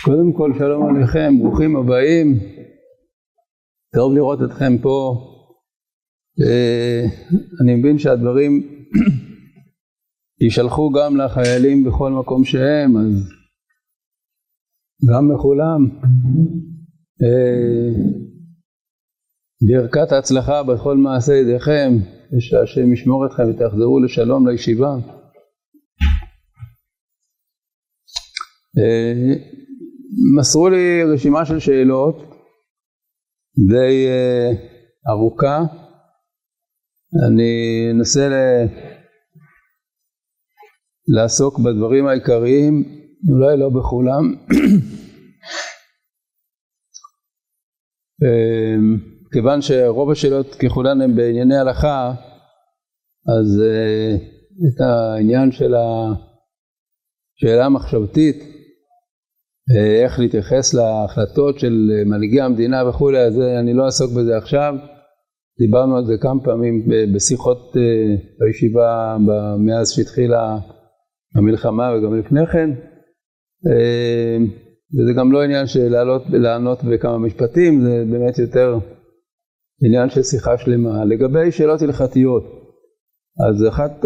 קודם כל שלום עליכם, ברוכים הבאים, טוב לראות אתכם פה. אני מבין שהדברים יישלחו גם לחיילים בכל מקום שהם, אז גם לכולם ברכת ההצלחה בכל מעשה ידיכם, שהשם ישמור אתכם ותחזרו לשלום לישיבה. מסרו לי רשימה של שאלות די ארוכה. אני אנסה לעסוק בדברים העיקריים, אולי לא בכולם. כיוון שרוב השאלות ככולן הן בענייני הלכה, אז את העניין של השאלה המחשבתית, איך להתייחס להחלטות של מנהיגי המדינה וכו', אז אני לא אעסוק בזה עכשיו. דיברנו על זה כמה פעמים בשיחות בישיבה מאז שהתחילה המלחמה וגם לפני כן, וזה גם לא עניין של לענות בכמה משפטים, זה באמת יותר עניין של שיחה שלמה. לגבי שאלות הלכתיות, אז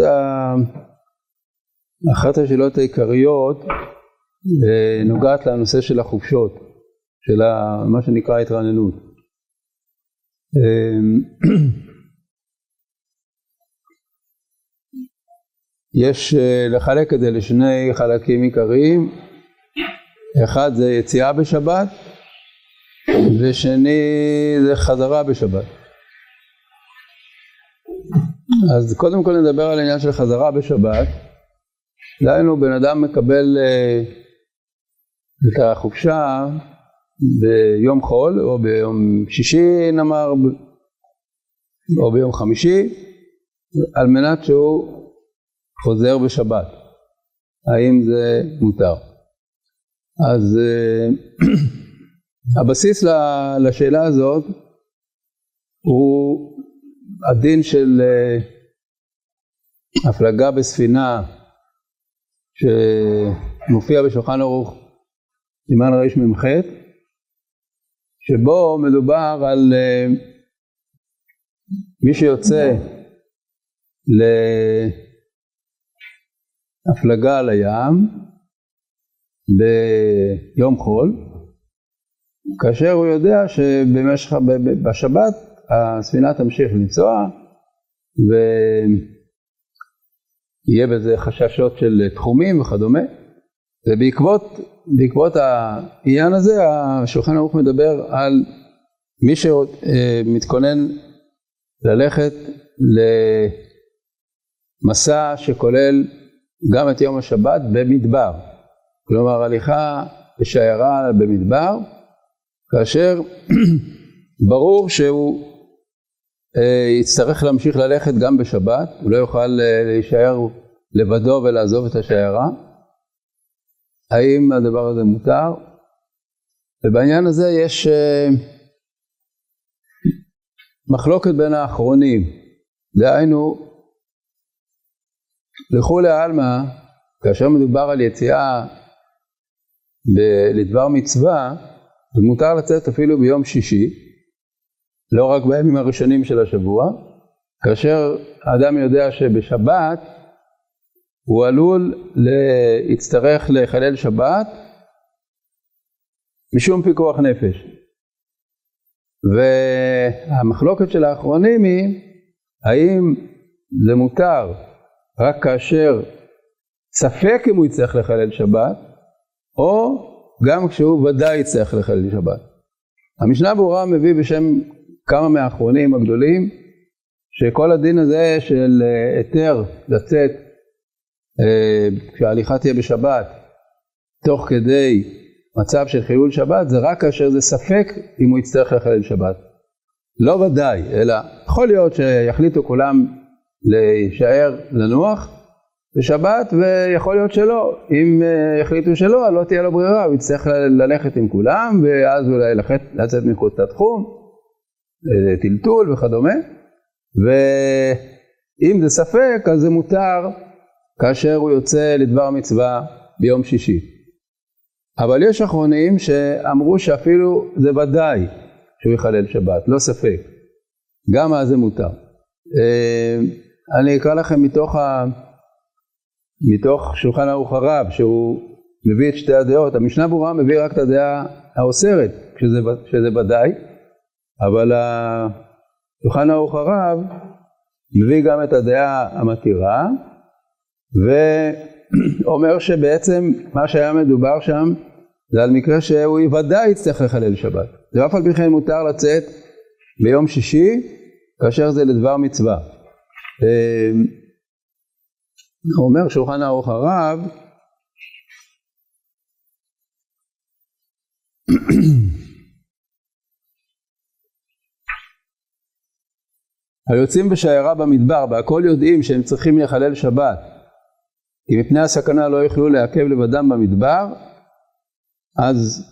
אחת השאלות העיקריות נוגעת לנושא של החופשות, של מה שנקרא התרעננות. יש לחלק את זה לשני חלקים עיקריים. אחד זה יציאה בשבת, ושני זה חזרה בשבת. אז קודם כל נדבר על העניין של חזרה בשבת. דהיינו, בן אדם מקבל את החופשה ביום חול, או ביום שישי נאמר, או ביום חמישי, על מנת שהוא חוזר בשבת. האם זה מותר? אז הבסיס לשאלה הזאת הוא הדין של הפלגה בספינה, שמופיע בשולחן ערוך סימן רמ"ח, שבו מדובר על מי שיוצא להפלגה לים ביום חול, כאשר הוא יודע שבשבת הספינה תמשיך לנסוע, ויהיה בזה חששות של תחומים וכדומה. ובעקבות העניין הזה, השולחן ערוך מדבר על מי שמתכונן ללכת למסע שכולל גם את יום השבת במדבר. כלומר, הליכה בשיירה במדבר, כאשר ברור שהוא יצטרך להמשיך ללכת גם בשבת, הוא לא יוכל להישאר לבדו ולעזוב את השיירה. האם הדבר הזה מותר? ובעניין הזה יש מחלוקת בין האחרונים. דהיינו, לכולי עלמא, כאשר מדובר על יציאה לדבר מצווה, זה מותר לצאת אפילו ביום שישי, לא רק בימים הראשונים של השבוע, כאשר האדם יודע שבשבת הוא עלול להצטרך לחלל שבת משום פיקוח נפש. והמחלוקת של האחרונים היא, האם זה מותר רק כאשר ספק אם הוא יצטרך לחלל שבת, או גם כשהוא ודאי יצטרך לחלל שבת. המשנה ברורה מביא בשם כמה מהאחרונים הגדולים, שכל הדין הזה של היתר לצאת כשההליכה תהיה בשבת, תוך כדי מצב של חילול שבת, זה רק כאשר זה ספק אם הוא יצטרך לחלל שבת. לא ודאי, אלא יכול להיות שיחליטו כולם להישאר לנוח בשבת, ויכול להיות שלא. אם יחליטו שלא, לא תהיה לו ברירה, הוא יצטרך ללכת עם כולם, ואז אולי לצאת מחוץ לתחום, טלטול וכדומה. ואם זה ספק, אז זה מותר כאשר הוא יוצא לדבר מצווה ביום שישי. אבל יש אחרונים שאמרו שאפילו זה ודאי שהוא יחלל שבת, לא ספק. גם אז זה מותר. אני אקרא לכם מתוך שולחן ערוך הרב, שהוא מביא את שתי הדעות. המשנה ברורה מביא רק את הדעה האוסרת, שזה ודאי, אבל שולחן ערוך הרב מביא גם את הדעה המתירה, ואומר שבעצם מה שהיה מדובר שם, זה על מקרה שהוא ודאי יצטרך לחלל שבת. ואף על פי כן מותר לצאת ביום שישי, כאשר זה לדבר מצווה. הוא אומר שולחן ערוך הרב, היוצאים בשיירה במדבר, והכל יודעים שהם צריכים לחלל שבת, כי מפני הסכנה לא יוכלו לעכב לבדם במדבר, אז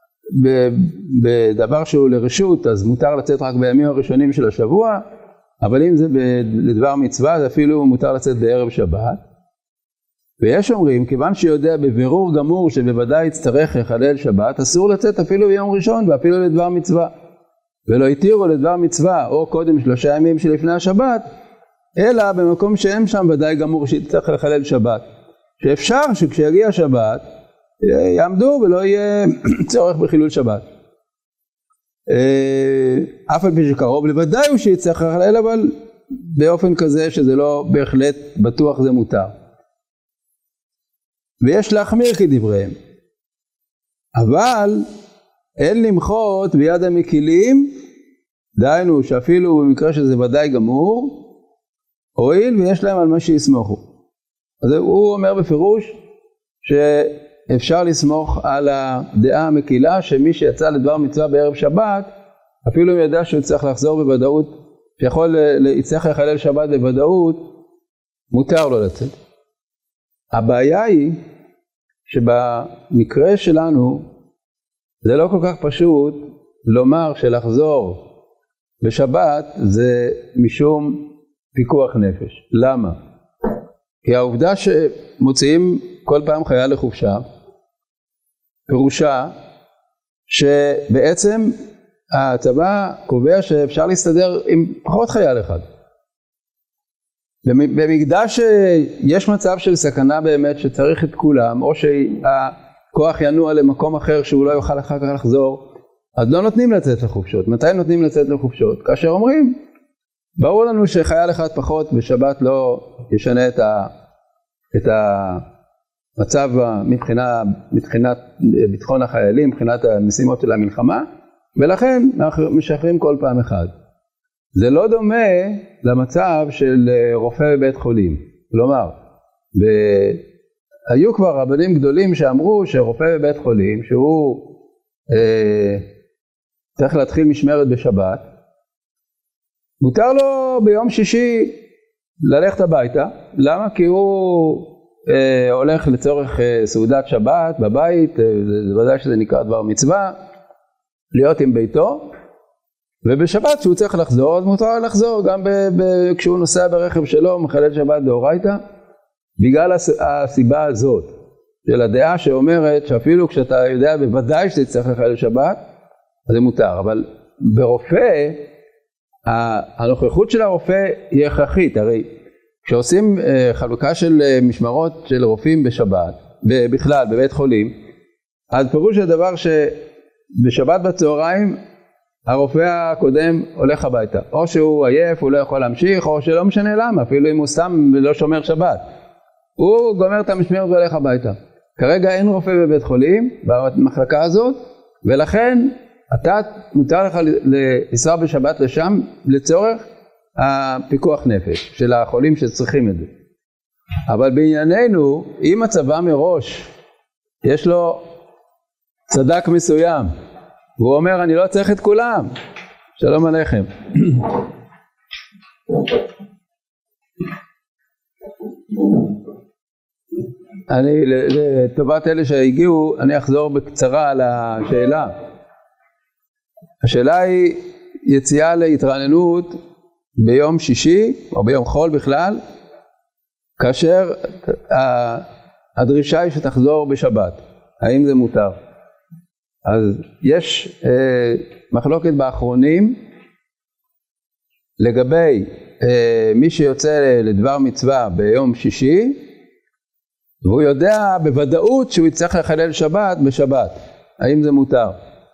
בדבר שהוא לרשות, אז מותר לצאת רק בימים הראשונים של השבוע, אבל אם זה לדבר מצווה, אז אפילו מותר לצאת בערב שבת. ויש אומרים, כיוון שיודע בבירור גמור שבוודאי יצטרך לחלל שבת, אסור לצאת אפילו ביום ראשון ואפילו לדבר מצווה. ולא התירו לדבר מצווה או קודם 3 ימים שלפני השבת, אלא במקום שאין שם ודאי גמור שיצטרך לחלל שבת. שאפשר שכשיגיע שבת, יעמדו ולא יהיה צורך בחילול שבת. אף על פי שקרוב לוודאי הוא שיצטרך לחלל, אבל באופן כזה שזה לא בהחלט בטוח זה מותר. ויש להחמיר כדבריהם. אבל אין למחות ביד המקילים, דהיינו שאפילו במקרה שזה ודאי גמור, הואיל ויש להם על מה שיסמוכו. אז הוא אומר בפירוש שאפשר לסמוך על הדעה המקילה, שמי שיצא לדבר מצווה בערב שבת, אפילו אם ידע שהוא צריך לחזור בוודאות, יצטרך לחלל שבת בוודאות, מותר לו לצאת. הבעיה היא שבמקרה שלנו זה לא כל כך פשוט לומר שלחזור בשבת זה משום פיקוח נפש. למה? כי העובדה שמוציאים כל פעם חייל לחופשה, פירושה שבעצם הצבא קובע שאפשר להסתדר עם פחות חייל אחד. במקדש שיש מצב של סכנה באמת שצריך את כולם, או שהכוח ינוע למקום אחר שהוא לא יוכל אחר כך לחזור, אז לא נותנים לצאת לחופשות. מתי נותנים לצאת לחופשות? כאשר אומרים, ברור לנו שחייל אחד פחות בשבת לא ישנה את המצב מבחינת ביטחון החיילים, מבחינת המשימות של המלחמה, ולכן אנחנו משחררים כל פעם אחד. זה לא דומה למצב של רופא בבית חולים. כלומר, היו כבר רבנים גדולים שאמרו שרופא בבית חולים, שהוא צריך להתחיל משמרת בשבת, מותר לו ביום שישי ללכת הביתה. למה? כי הוא הולך לצורך סעודת שבת בבית, זה ודאי שזה נקרא דבר מצווה, להיות עם ביתו, ובשבת שהוא צריך לחזור, אז מותר לחזור גם כשהוא נוסע ברכב שלו, מחלל שבת דאורייתא, בגלל הסיבה הזאת, של הדעה שאומרת שאפילו כשאתה יודע בוודאי שאתה צריך לחלל שבת, אז זה מותר. אבל ברופא, הנוכחות של הרופא היא הכרחית. הרי כשעושים חלוקה של משמרות של רופאים בשבת, בכלל בבית חולים, אז פירוש הדבר שבשבת בצהריים, הרופא הקודם הולך הביתה. או שהוא עייף, הוא לא יכול להמשיך, או שלא משנה למה, אפילו אם הוא סתם ולא שומר שבת. הוא גומר את המשמרת והולך הביתה. כרגע אין רופא בבית חולים, במחלקה הזאת, ולכן אתה מותר לך לנסוע בשבת לשם, לצורך הפיקוח נפש של החולים שצריכים את זה. אבל בענייננו, אם הצבא מראש, יש לו צדק מסוים, והוא אומר, אני לא צריך את כולם. שלום עליכם. אני, לטובת אלה שהגיעו, אני אחזור בקצרה על השאלה. השאלה היא יציאה להתרעננות ביום שישי, או ביום חול בכלל, כאשר הדרישה היא שתחזור בשבת. האם זה מותר? אז יש מחלוקת באחרונים לגבי מי שיוצא לדבר מצווה ביום שישי, והוא יודע בוודאות שהוא יצטרך לחלל שבת בשבת. האם זה מותר?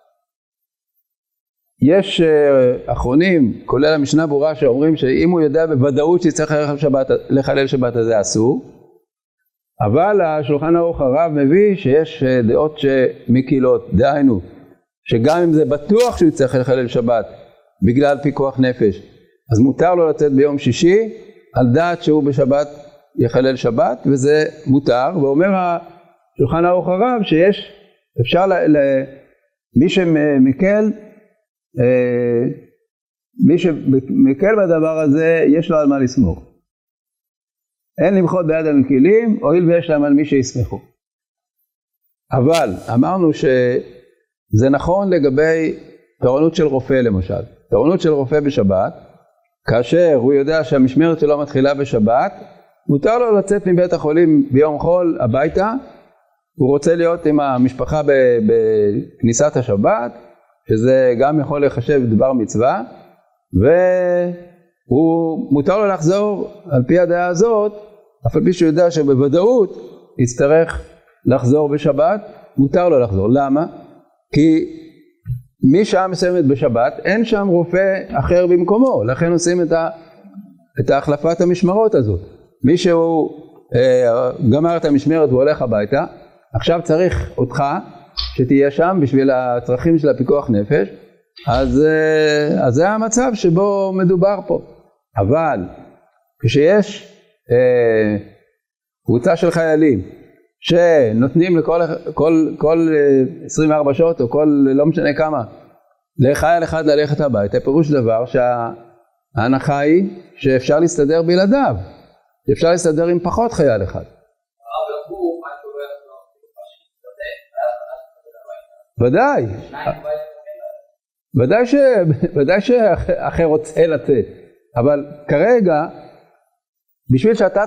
יש אחרונים, כולל המשנה ברורה, שאומרים שאם הוא יודע בוודאות שיצטרך לחלל שבת, אז זה אסור. אבל השולחן ערוך הרב מביא שיש דעות שמקילות, דהיינו, שגם אם זה בטוח שהוא יצטרך לחלל שבת בגלל פיקוח נפש, אז מותר לו לצאת ביום שישי על דעת שהוא בשבת יחלל שבת, וזה מותר. ואומר השולחן ערוך הרב שיש, אפשר מי שמקל בדבר הזה, יש לו על מה לסמוך. אין למחות ביד המקילים, הואיל ויש להם על מי שיסמכו. אבל אמרנו שזה נכון לגבי תורנות של רופא למשל. תורנות של רופא בשבת, כאשר הוא יודע שהמשמרת שלו מתחילה בשבת, מותר לו לצאת מבית החולים ביום חול הביתה, הוא רוצה להיות עם המשפחה בכניסת השבת, שזה גם יכול לחשב דבר מצווה, והוא מותר לו לחזור על פי הדעה הזאת, אף על פי שהוא יודע שבוודאות יצטרך לחזור בשבת, מותר לו לחזור. למה? כי משעה מסוימת בשבת אין שם רופא אחר במקומו, לכן עושים את החלפת המשמרות הזאת. מי שהוא גמר את המשמרת והולך הביתה, עכשיו צריך אותך שתהיה שם בשביל הצרכים של הפיקוח נפש, אז זה המצב שבו מדובר פה. אבל כשיש קבוצה של חיילים שנותנים כל 24 שעות או כל לא משנה כמה לחייל אחד ללכת הביתה, פירוש דבר שההנחה היא שאפשר להסתדר בלעדיו, אפשר להסתדר עם פחות חייל אחד. ודאי, ודאי שאחר רוצה לצאת, אבל כרגע בשביל שאתה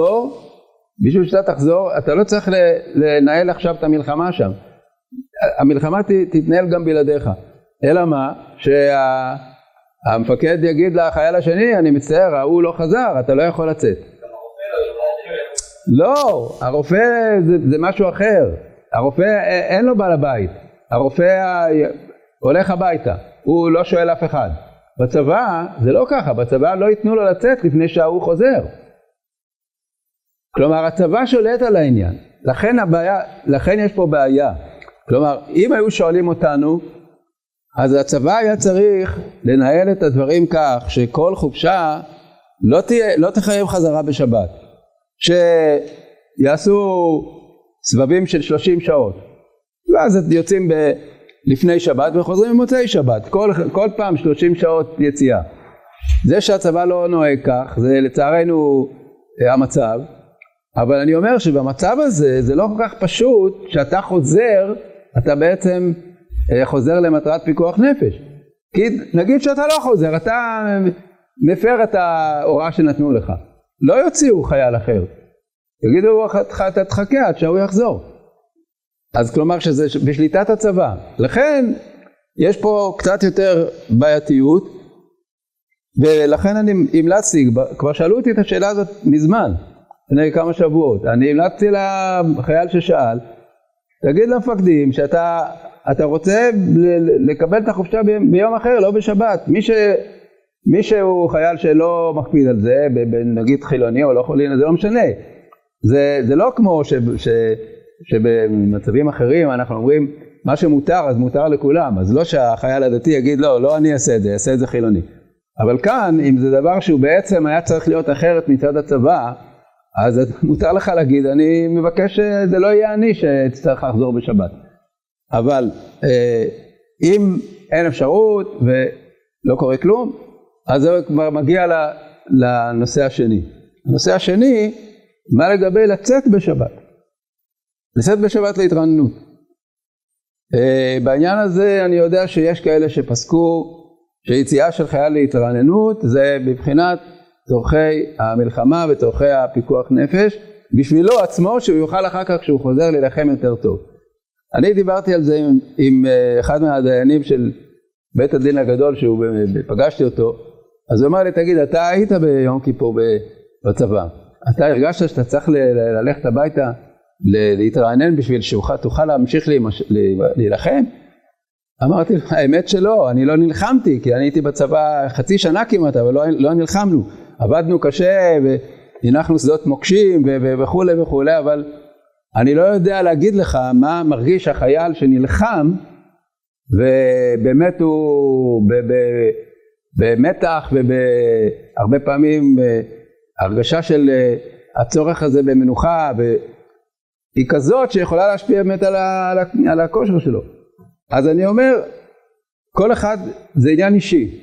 תחזור, אתה לא צריך לנהל עכשיו את המלחמה שם. המלחמה תתנהל גם בלעדיך. אלא מה? שהמפקד יגיד לחייל השני, אני מצטער, הוא לא חזר, אתה לא יכול לצאת. לא, הרופא זה משהו אחר. הרופא אין לו בעל הבית. הרופא הולך הביתה, הוא לא שואל אף אחד. בצבא זה לא ככה, בצבא לא ייתנו לו לצאת לפני שהוא חוזר. כלומר, הצבא שולט על העניין. לכן יש פה בעיה. כלומר, אם היו שואלים אותנו, אז הצבא היה צריך לנהל את הדברים כך, שכל חופשה לא תחייב חזרה בשבת. שיעשו סבבים של 30 שעות. ואז יוצאים לפני שבת וחוזרים במוצאי שבת. כל פעם 30 שעות יציאה. זה שהצבא לא נוהג כך, זה לצערנו המצב. אבל אני אומר שבמצב הזה זה לא כל כך פשוט שאתה חוזר, אתה בעצם חוזר למטרת פיקוח נפש. כי נגיד שאתה לא חוזר, אתה מפר את ההוראה שנתנו לך. לא יוציאו חייל אחר. יגידו, אתה תחכה עד שהוא יחזור. אז כלומר שזה בשליטת הצבא. לכן יש פה קצת יותר בעייתיות, ולכן אני המלצתי, כבר שאלו אותי את השאלה הזאת מזמן. לפני כמה שבועות, אני המלצתי לחייל ששאל, תגיד למפקדים שאתה רוצה לקבל את החופשה ביום אחר, לא בשבת. מי שהוא חייל שלא מקפיד על זה, נגיד חילוני או לא חילוני, זה לא משנה. זה לא כמו שבמצבים אחרים אנחנו אומרים, מה שמותר אז מותר לכולם, אז לא שהחייל הדתי יגיד לא אני אעשה את זה חילוני. אבל כאן, אם זה דבר שהוא בעצם היה צריך להיות אחרת מצד הצבא, אז מותר לך להגיד, אני מבקש שזה לא יהיה אני שצריך לחזור בשבת. אבל אם אין אפשרות ולא קורה כלום, אז זה כבר מגיע לנושא השני. הנושא השני, מה לגבי לצאת בשבת? לצאת בשבת להתרעננות. בעניין הזה אני יודע שיש כאלה שפסקו שיציאה של חייל להתרעננות זה בבחינת צורכי המלחמה וצורכי הפיקוח נפש, בשבילו עצמו שהוא יוכל אחר כך כשהוא חוזר להילחם יותר טוב. אני דיברתי על זה עם אחד מהדיינים של בית הדין הגדול, פגשתי אותו, אז הוא אמר לי, תגיד, אתה היית ביום כיפור בצבא, אתה הרגשת שאתה צריך ללכת הביתה, להתרענן בשביל שתוכל להמשיך להילחם? אמרתי, האמת שלא, אני לא נלחמתי, כי אני הייתי בצבא חצי שנה כמעט, אבל לא נלחמנו, עבדנו קשה והנחנו שדות מוקשים וכו' וכו', אבל אני לא יודע להגיד לך מה מרגיש החייל שנלחם, ובאמת הוא במתח והרבה פעמים הרגשה של הצורך הזה במנוחה, היא כזאת שיכולה להשפיע באמת על הכושר שלו. אז אני אומר, כל אחד זה עניין אישי.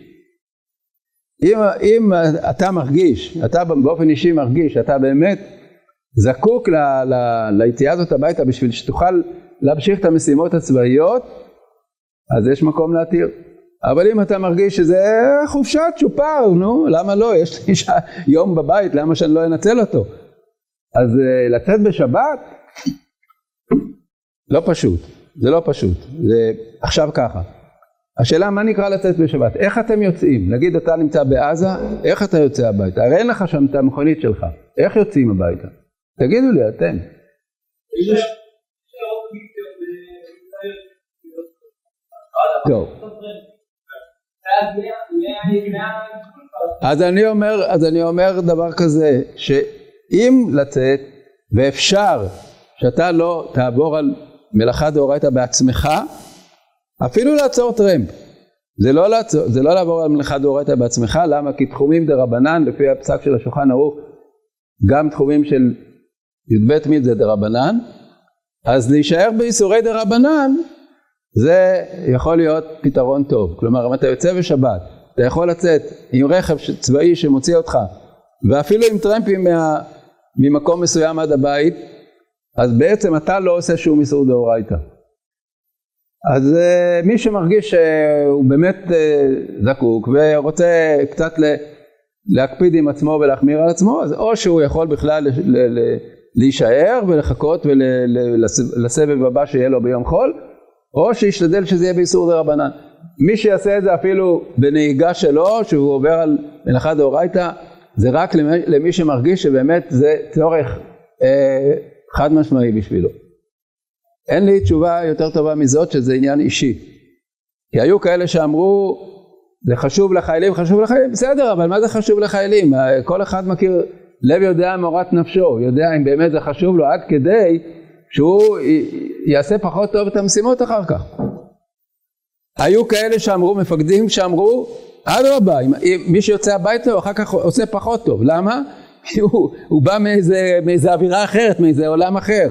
אם אתה מרגיש, אתה באופן אישי מרגיש, אתה באמת זקוק ליציאה הזאת הביתה בשביל שתוכל להמשיך את המשימות הצבאיות, אז יש מקום להתיר. אבל אם אתה מרגיש שזה חופשת שופר, נו, למה לא? יש לי יום בבית, למה שאני לא אנצל אותו? אז לצאת בשבת, לא פשוט. זה לא פשוט. זה עכשיו ככה. השאלה מה נקרא לצאת בשבת? איך אתם יוצאים? נגיד אתה נמצא בעזה, איך אתה יוצא הביתה? הרי אין לך שם את המכונית שלך. איך יוצאים הביתה? תגידו לי, אתם. טוב. אז אני אומר דבר כזה, שאם לצאת, ואפשר שאתה לא תעבור על מלאכה דאורייתא בעצמך, אפילו לעצור טרמפ. זה לא לעבור על מלאכה דאורייתא בעצמך, למה? כי תחומים דרבנן, לפי הפסק של השולחן ערוך, גם תחומים של י"ב מיל זה דרבנן, אז להישאר באיסורי דרבנן, זה יכול להיות פתרון טוב. כלומר, אם אתה יוצא בשבת, אתה יכול לצאת עם רכב צבאי שמוציא אותך, ואפילו עם טרמפים ממקום מסוים עד הבית, אז בעצם אתה לא עושה שום איסור דאורייתא. אז מי שמרגיש שהוא באמת זקוק ורוצה קצת להקפיד עם עצמו ולהחמיר על עצמו, אז או שהוא יכול בכלל להישאר ולחכות ולסבב הבא שיהיה לו ביום חול, או שישתדל שזה יהיה באיסור דרבנן. מי שיעשה את זה אפילו בנהיגה שלו, שהוא עובר על מלאכה דאורייתא, זה רק למי שמרגיש שבאמת זה צורך חד משמעי בשבילו. אין לי תשובה יותר טובה מזאת שזה עניין אישי. כי היו כאלה שאמרו, זה חשוב לחיילים, בסדר, אבל מה זה חשוב לחיילים? כל אחד מכיר, לב יודע מורת נפשו, יודע אם באמת זה חשוב לו, עד כדי שהוא יעשה פחות טוב את המשימות אחר כך. היו כאלה שאמרו, מפקדים שאמרו, אדרבה, מי שיוצא הביתה הוא אחר כך עושה פחות טוב. למה? כי הוא בא מאיזה אווירה אחרת, מאיזה עולם אחר.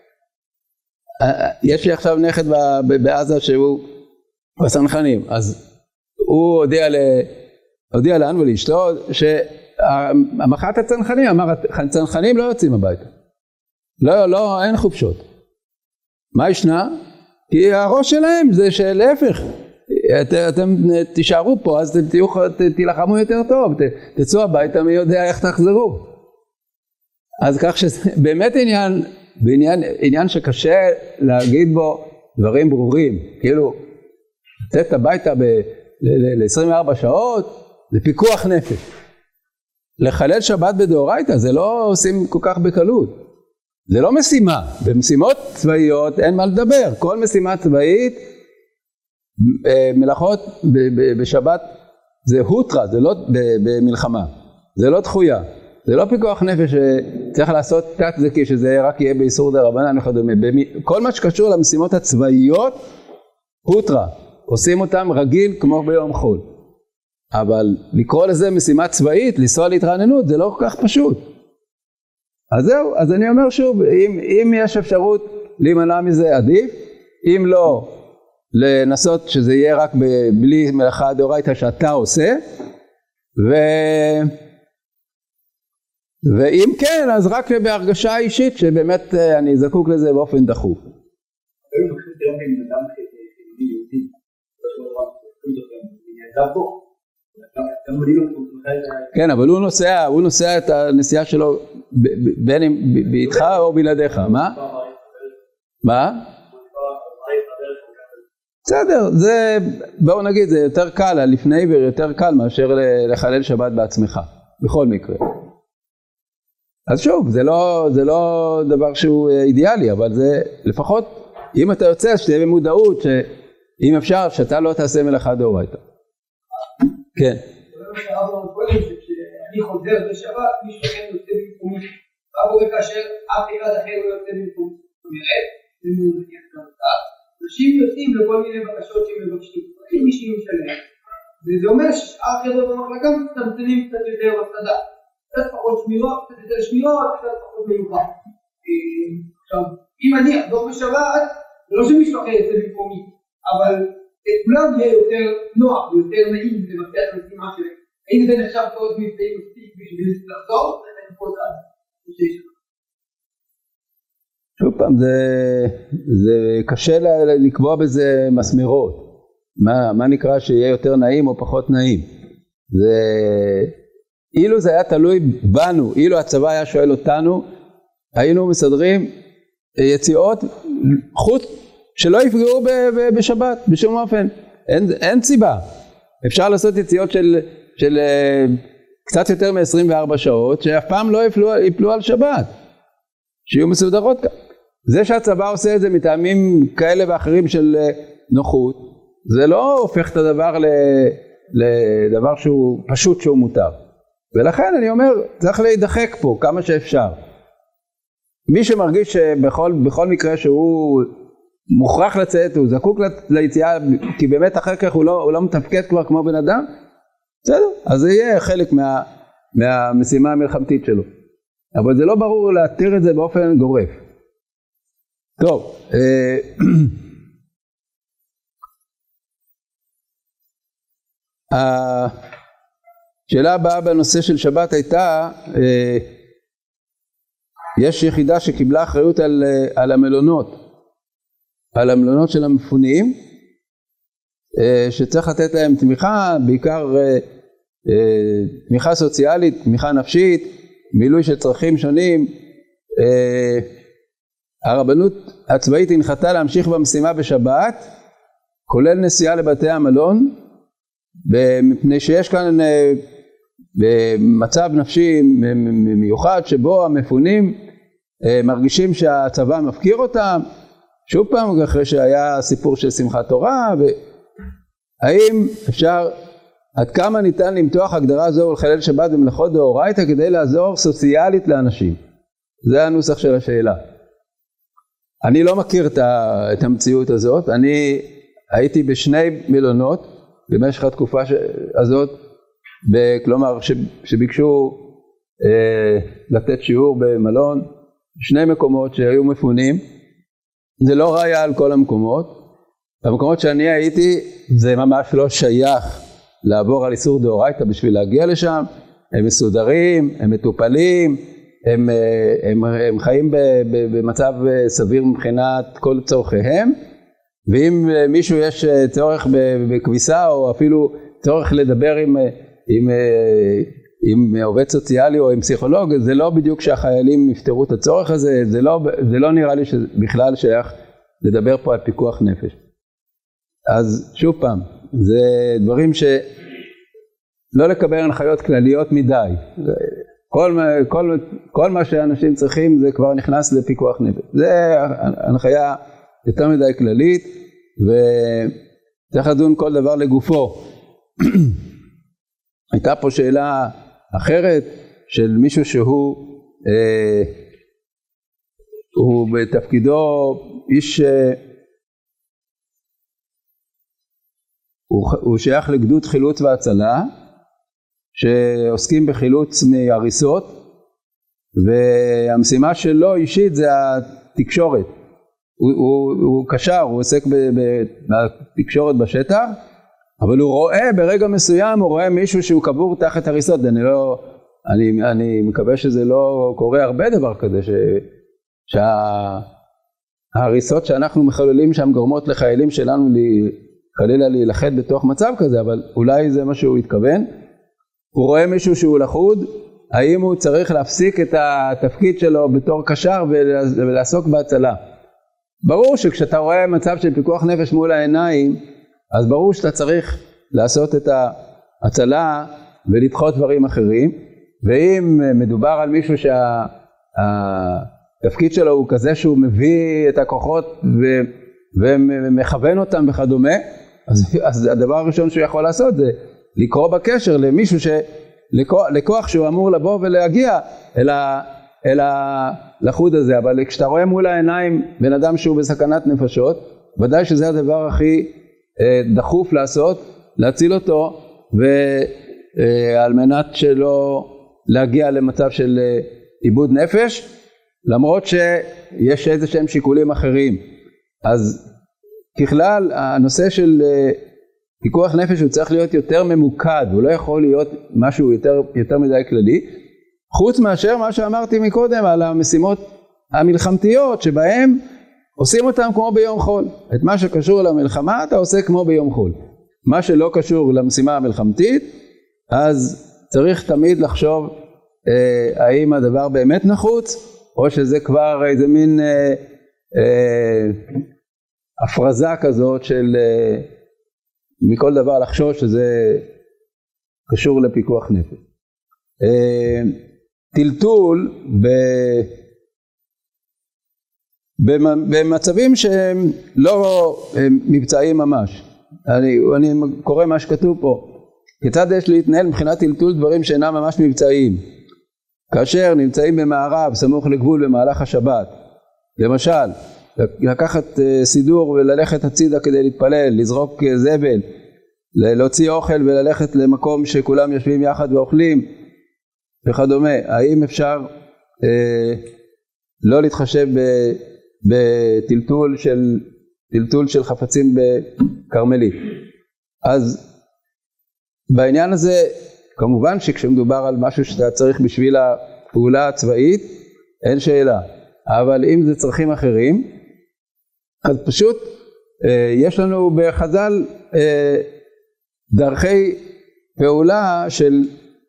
יש לי עכשיו נכד בעזה שהוא בסנחנים, אז הוא הודיע לנו ולאשתו שהמח"ט הצנחנים אמר, הצנחנים לא יוצאים הביתה. לא, אין חופשות. מה ישנה? כי הראש שלהם זה שלהפך, אתם תישארו פה, אז תילחמו יותר טוב, תצאו הביתה, מי יודע איך תחזרו. אז כך שזה באמת עניין שקשה להגיד בו דברים ברורים, כאילו, לצאת הביתה ל-24 שעות, זה פיקוח נפש. לחלל שבת בדאורייתא, זה לא עושים כל כך בקלות. זה לא משימה, במשימות צבאיות אין מה לדבר, כל משימה צבאית, מלאכות בשבת זה הוטרה, זה לא במלחמה, זה לא דחויה, זה לא פיקוח נפש שצריך לעשות תת זקי שזה רק יהיה באיסור דרבנן וכדומה, כל מה שקשור למשימות הצבאיות, הוטרה, עושים אותם רגיל כמו ביום חול, אבל לקרוא לזה משימה צבאית, לנסוע להתרעננות, זה לא כל כך פשוט. אז זהו, אז אני אומר שוב, אם יש אפשרות להימנע מזה עדיף, אם לא, לנסות שזה יהיה רק בלי מלאכה דאורייתא שאתה עושה, ואם כן, אז רק בהרגשה אישית שבאמת אני זקוק לזה באופן דחוף. כן, אבל הוא נוסע את הנסיעה שלו בין אם באיתך או בלעדיך, מה? מה? בסדר, זה, בואו נגיד, זה יותר קל, לפני ויותר קל מאשר לחלל שבת בעצמך, בכל מקרה. אז שוב, זה לא דבר שהוא אידיאלי, אבל זה לפחות, אם אתה יוצא, שתהיה במודעות, שאם אפשר, שאתה לא תעשה מלאכה דאורייתא. כן. אני חוזר בשבת, מישהו אחר יוצא במקומי, ואבו כאשר אף אחד אחר לא יוצא במקומי. זאת אומרת, זה מוזכר כמותה, אנשים יוצאים לכל מיני בקשות שמבקשים, אם מישהו משלם, וזה אומר ששאר חבר'ה במחלקה מצטמצמים קצת יותר בסדה, קצת פחות שמירות, קצת יותר שמירות, קצת פחות מיוחד. עכשיו, אם אני אחזור בשבת, זה לא שמישהו אחר יוצא במקומי, אבל לכולם יהיה יותר נוח ויותר נעים לבצע את המשימה שלהם. האם זה נחשב טוב מבצעים מספיק בשביל לחזור? זה נקפות עד בשביל שנה. שוב פעם, זה קשה לקבוע בזה מסמרות. מה נקרא שיהיה יותר נעים או פחות נעים? אילו זה היה תלוי בנו, אילו הצבא היה שואל אותנו, היינו מסדרים יציאות חוץ שלא יפגעו בשבת, בשום אופן. אין סיבה. אפשר לעשות יציאות של קצת יותר מ-24 שעות, שאף פעם לא יפלו על שבת, שיהיו מסודרות כאן. זה שהצבא עושה את זה מטעמים כאלה ואחרים של נוחות, זה לא הופך את הדבר לדבר שהוא פשוט שהוא מותר. ולכן אני אומר, צריך להידחק פה כמה שאפשר. מי שמרגיש שבכל מקרה שהוא מוכרח לצאת, הוא זקוק ליציאה, כי באמת אחר כך הוא לא מתפקד כבר כמו בן אדם, בסדר, אז זה יהיה חלק מהמשימה המלחמתית שלו. אבל זה לא ברור להתיר את זה באופן גורף. טוב, השאלה הבאה בנושא של שבת הייתה, יש יחידה שקיבלה אחריות על המלונות של המפונים, שצריך לתת להם תמיכה, בעיקר תמיכה סוציאלית, תמיכה נפשית, מילוי של צרכים שונים. הרבנות הצבאית הנחתה להמשיך במשימה בשבת, כולל נסיעה לבתי המלון, מפני שיש כאן במצב נפשי מיוחד שבו המפונים מרגישים שהצבא מפקיר אותם. שוב פעם, אחרי שהיה סיפור של שמחת תורה, האם אפשר, עד כמה ניתן למתוח הגדרה זו ולחלל שבת במלאכות דאורייתא כדי לעזור סוציאלית לאנשים? זה הנוסח של השאלה. אני לא מכיר את המציאות הזאת. אני הייתי בשני מלונות במשך התקופה הזאת, כלומר שביקשו לתת שיעור במלון, שני מקומות שהיו מפונים. זה לא ראיה על כל המקומות. במקומות שאני הייתי זה ממש לא שייך לעבור על איסור דאורייתא בשביל להגיע לשם. הם מסודרים, הם מטופלים, הם חיים במצב סביר מבחינת כל צורכיהם, ואם מישהו יש צורך בכביסה או אפילו צורך לדבר עם עובד סוציאלי או עם פסיכולוג, זה לא בדיוק שהחיילים יפתרו את הצורך הזה. זה לא נראה לי שבכלל שייך לדבר פה על פיקוח נפש. אז שוב פעם, זה דברים שלא לקבל הנחיות כלליות מדי. כל מה שאנשים צריכים זה כבר נכנס לפיקוח נפש. זה הנחיה יותר מדי כללית, וצריך לדון כל דבר לגופו. הייתה פה שאלה אחרת של מישהו שהוא הוא בתפקידו איש, הוא שייך לגדוד חילוץ והצלה, שעוסקים בחילוץ מהריסות, והמשימה שלו אישית זה התקשורת. הוא קשר, הוא עוסק בתקשורת בשטח, אבל הוא רואה ברגע מסוים, הוא רואה מישהו שהוא קבור תחת הריסות. אני מקווה שזה לא קורה הרבה דבר כזה, שההריסות שאנחנו מחוללים שם גורמות לחיילים שלנו חלילה להילחד בתוך מצב כזה, אבל אולי זה מה שהוא התכוון. הוא רואה מישהו שהוא לחוד, האם הוא צריך להפסיק את התפקיד שלו בתור קשר ולעסוק בהצלה. ברור שכשאתה רואה מצב של פיקוח נפש מול העיניים, אז ברור שאתה צריך לעשות את ההצלה ולדחות דברים אחרים, ואם מדובר על מישהו שהתפקיד שלו הוא כזה שהוא מביא את הכוחות ומכוון אותם וכדומה, אז הדבר הראשון שהוא יכול לעשות זה לקרוא בקשר למישהו לכוח שהוא אמור לבוא ולהגיע אל הלחוד הזה. אבל כשאתה רואה מול העיניים בן אדם שהוא בסכנת נפשות, ודאי שזה הדבר הכי דחוף לעשות, להציל אותו, ועל מנת שלא להגיע למצב של איבוד נפש, למרות שיש איזה שהם שיקולים אחרים. אז ככלל הנושא של פיקוח נפש הוא צריך להיות יותר ממוקד, הוא לא יכול להיות משהו יותר מדי כללי, חוץ מאשר מה שאמרתי מקודם על המשימות המלחמתיות שבהם עושים אותם כמו ביום חול. את מה שקשור למלחמה אתה עושה כמו ביום חול. מה שלא קשור למשימה המלחמתית, אז צריך תמיד לחשוב האם הדבר באמת נחוץ, או שזה כבר איזה מין הפרזה כזאת של מכל דבר לחשוש שזה קשור לפיקוח נפש. טלטול במצבים שהם לא מבצעיים ממש. אני קורא מה שכתוב פה. כיצד יש להתנהל מבחינת טלטול דברים שאינם ממש מבצעיים? כאשר נמצאים במערב סמוך לגבול במהלך השבת, למשל לקחת סידור וללכת הצידה כדי להתפלל, לזרוק זבל, להוציא אוכל וללכת למקום שכולם יושבים יחד ואוכלים וכדומה, האם אפשר לא להתחשב בטלטול של חפצים בכרמלית? אז בעניין הזה כמובן שכשמדובר על משהו שאתה צריך בשביל הפעולה הצבאית אין שאלה, אבל אם זה צרכים אחרים אז פשוט יש לנו בחז"ל דרכי פעולה של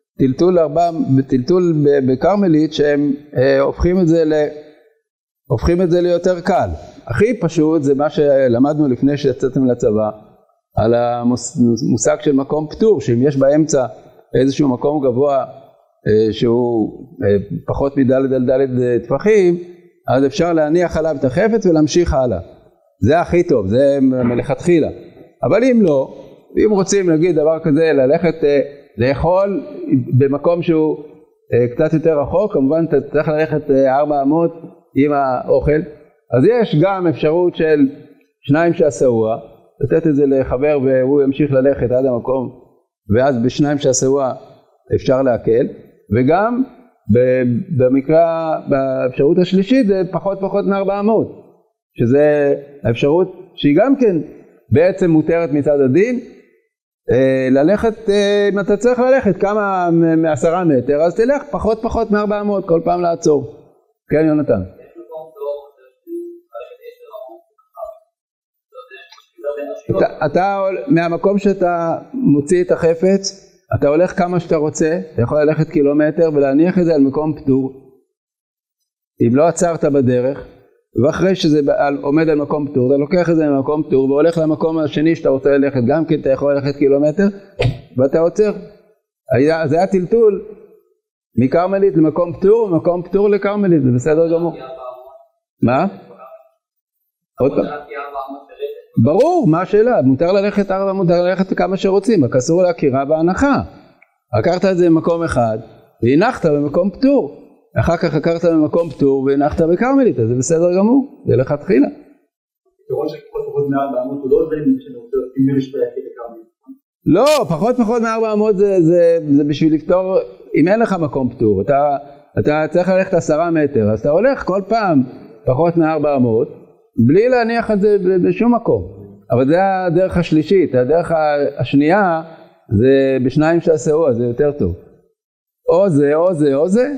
טלטול בכרמלית שהם הופכים את זה ליותר קל. הכי פשוט זה מה שלמדנו לפני שיצאתם לצבא על המושג של מקום פטור, שאם יש באמצע איזשהו מקום גבוה שהוא פחות מדלת על דלת טפחים, אז אפשר להניח עליו את החפץ ולהמשיך הלאה. זה הכי טוב, זה מלכתחילה. אבל אם לא, אם רוצים להגיד דבר כזה, ללכת לאכול במקום שהוא קצת יותר רחוק, כמובן אתה צריך ללכת 400 עם האוכל, אז יש גם אפשרות של 2 שעשוע, לתת את זה לחבר והוא ימשיך ללכת עד המקום, ואז ב2 שעשוע אפשר להקל, וגם באפשרות השלישית זה פחות מ400, שזה האפשרות שהיא גם כן בעצם מותרת מצד הדין, ללכת, אם אתה צריך ללכת כמה מ10 מטר, אז תלך פחות מ400, כל פעם לעצור. כן, יונתן. אתה מהמקום שאתה מוציא את החפץ, אתה הולך כמה שאתה רוצה, אתה יכול ללכת קילומטר ולהניח את זה על מקום פטור. אם לא עצרת בדרך, ואחרי שזה עומד על מקום פטור, אתה לוקח את זה למקום פטור והולך למקום השני שאתה רוצה ללכת, גם כי אתה יכול ללכת קילומטר, ואתה עוצר. זה היה טלטול מקרמלית למקום פטור, ומקום פטור לקרמלית, זה בסדר גמור. מה? עוד פעם. ברור, מה השאלה? מותר ללכת 400, מותר ללכת כמה שרוצים, רק אסור להכירה בהנחה. לקחת את זה במקום אחד, והנחת במקום פטור. אחר כך לקחת במקום פטור והנחת בקרמלית, אז זה בסדר גמור, זה לכתחילה. פתרון של פחות מ400 הוא לא דברים שנוצר, אם יש בעייתי לקרמלית. לא, פחות מ400 זה בשביל לפתור, אם אין לך מקום פטור, אתה צריך ללכת 10 מטר, אז אתה הולך כל פעם פחות מ400, בלי להניח את זה בשום מקום. אבל זה הדרך השלישית, הדרך השנייה זה ב2 שעשוע, זה יותר טוב. או זה, או זה, או זה.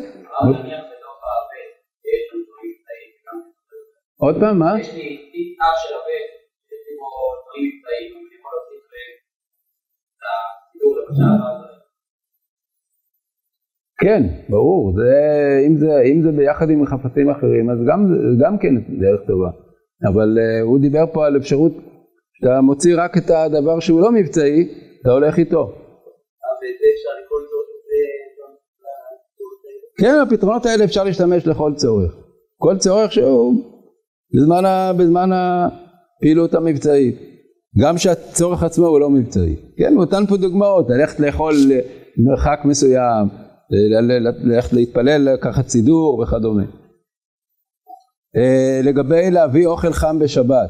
עוד פעם, מה? יש לי אף של הבית, יש לי פה דברים מבצעים, אני יכול להוסיף את הסידור למשל. כן, ברור, אם זה ביחד עם חפצים אחרים, אז גם כן דרך טובה. אבל הוא דיבר פה על אפשרות שאתה מוציא רק את הדבר שהוא לא מבצעי, אתה הולך איתו. כן, הפתרונות האלה אפשר להשתמש לכל צורך. כל צורך שהוא בזמן הפעילות המבצעית. גם שהצורך עצמו הוא לא מבצעי. כן, הוא נתן פה דוגמאות, ללכת לאכול מרחק מסוים, ללכת להתפלל, לקחת סידור וכדומה. לגבי להביא אוכל חם בשבת.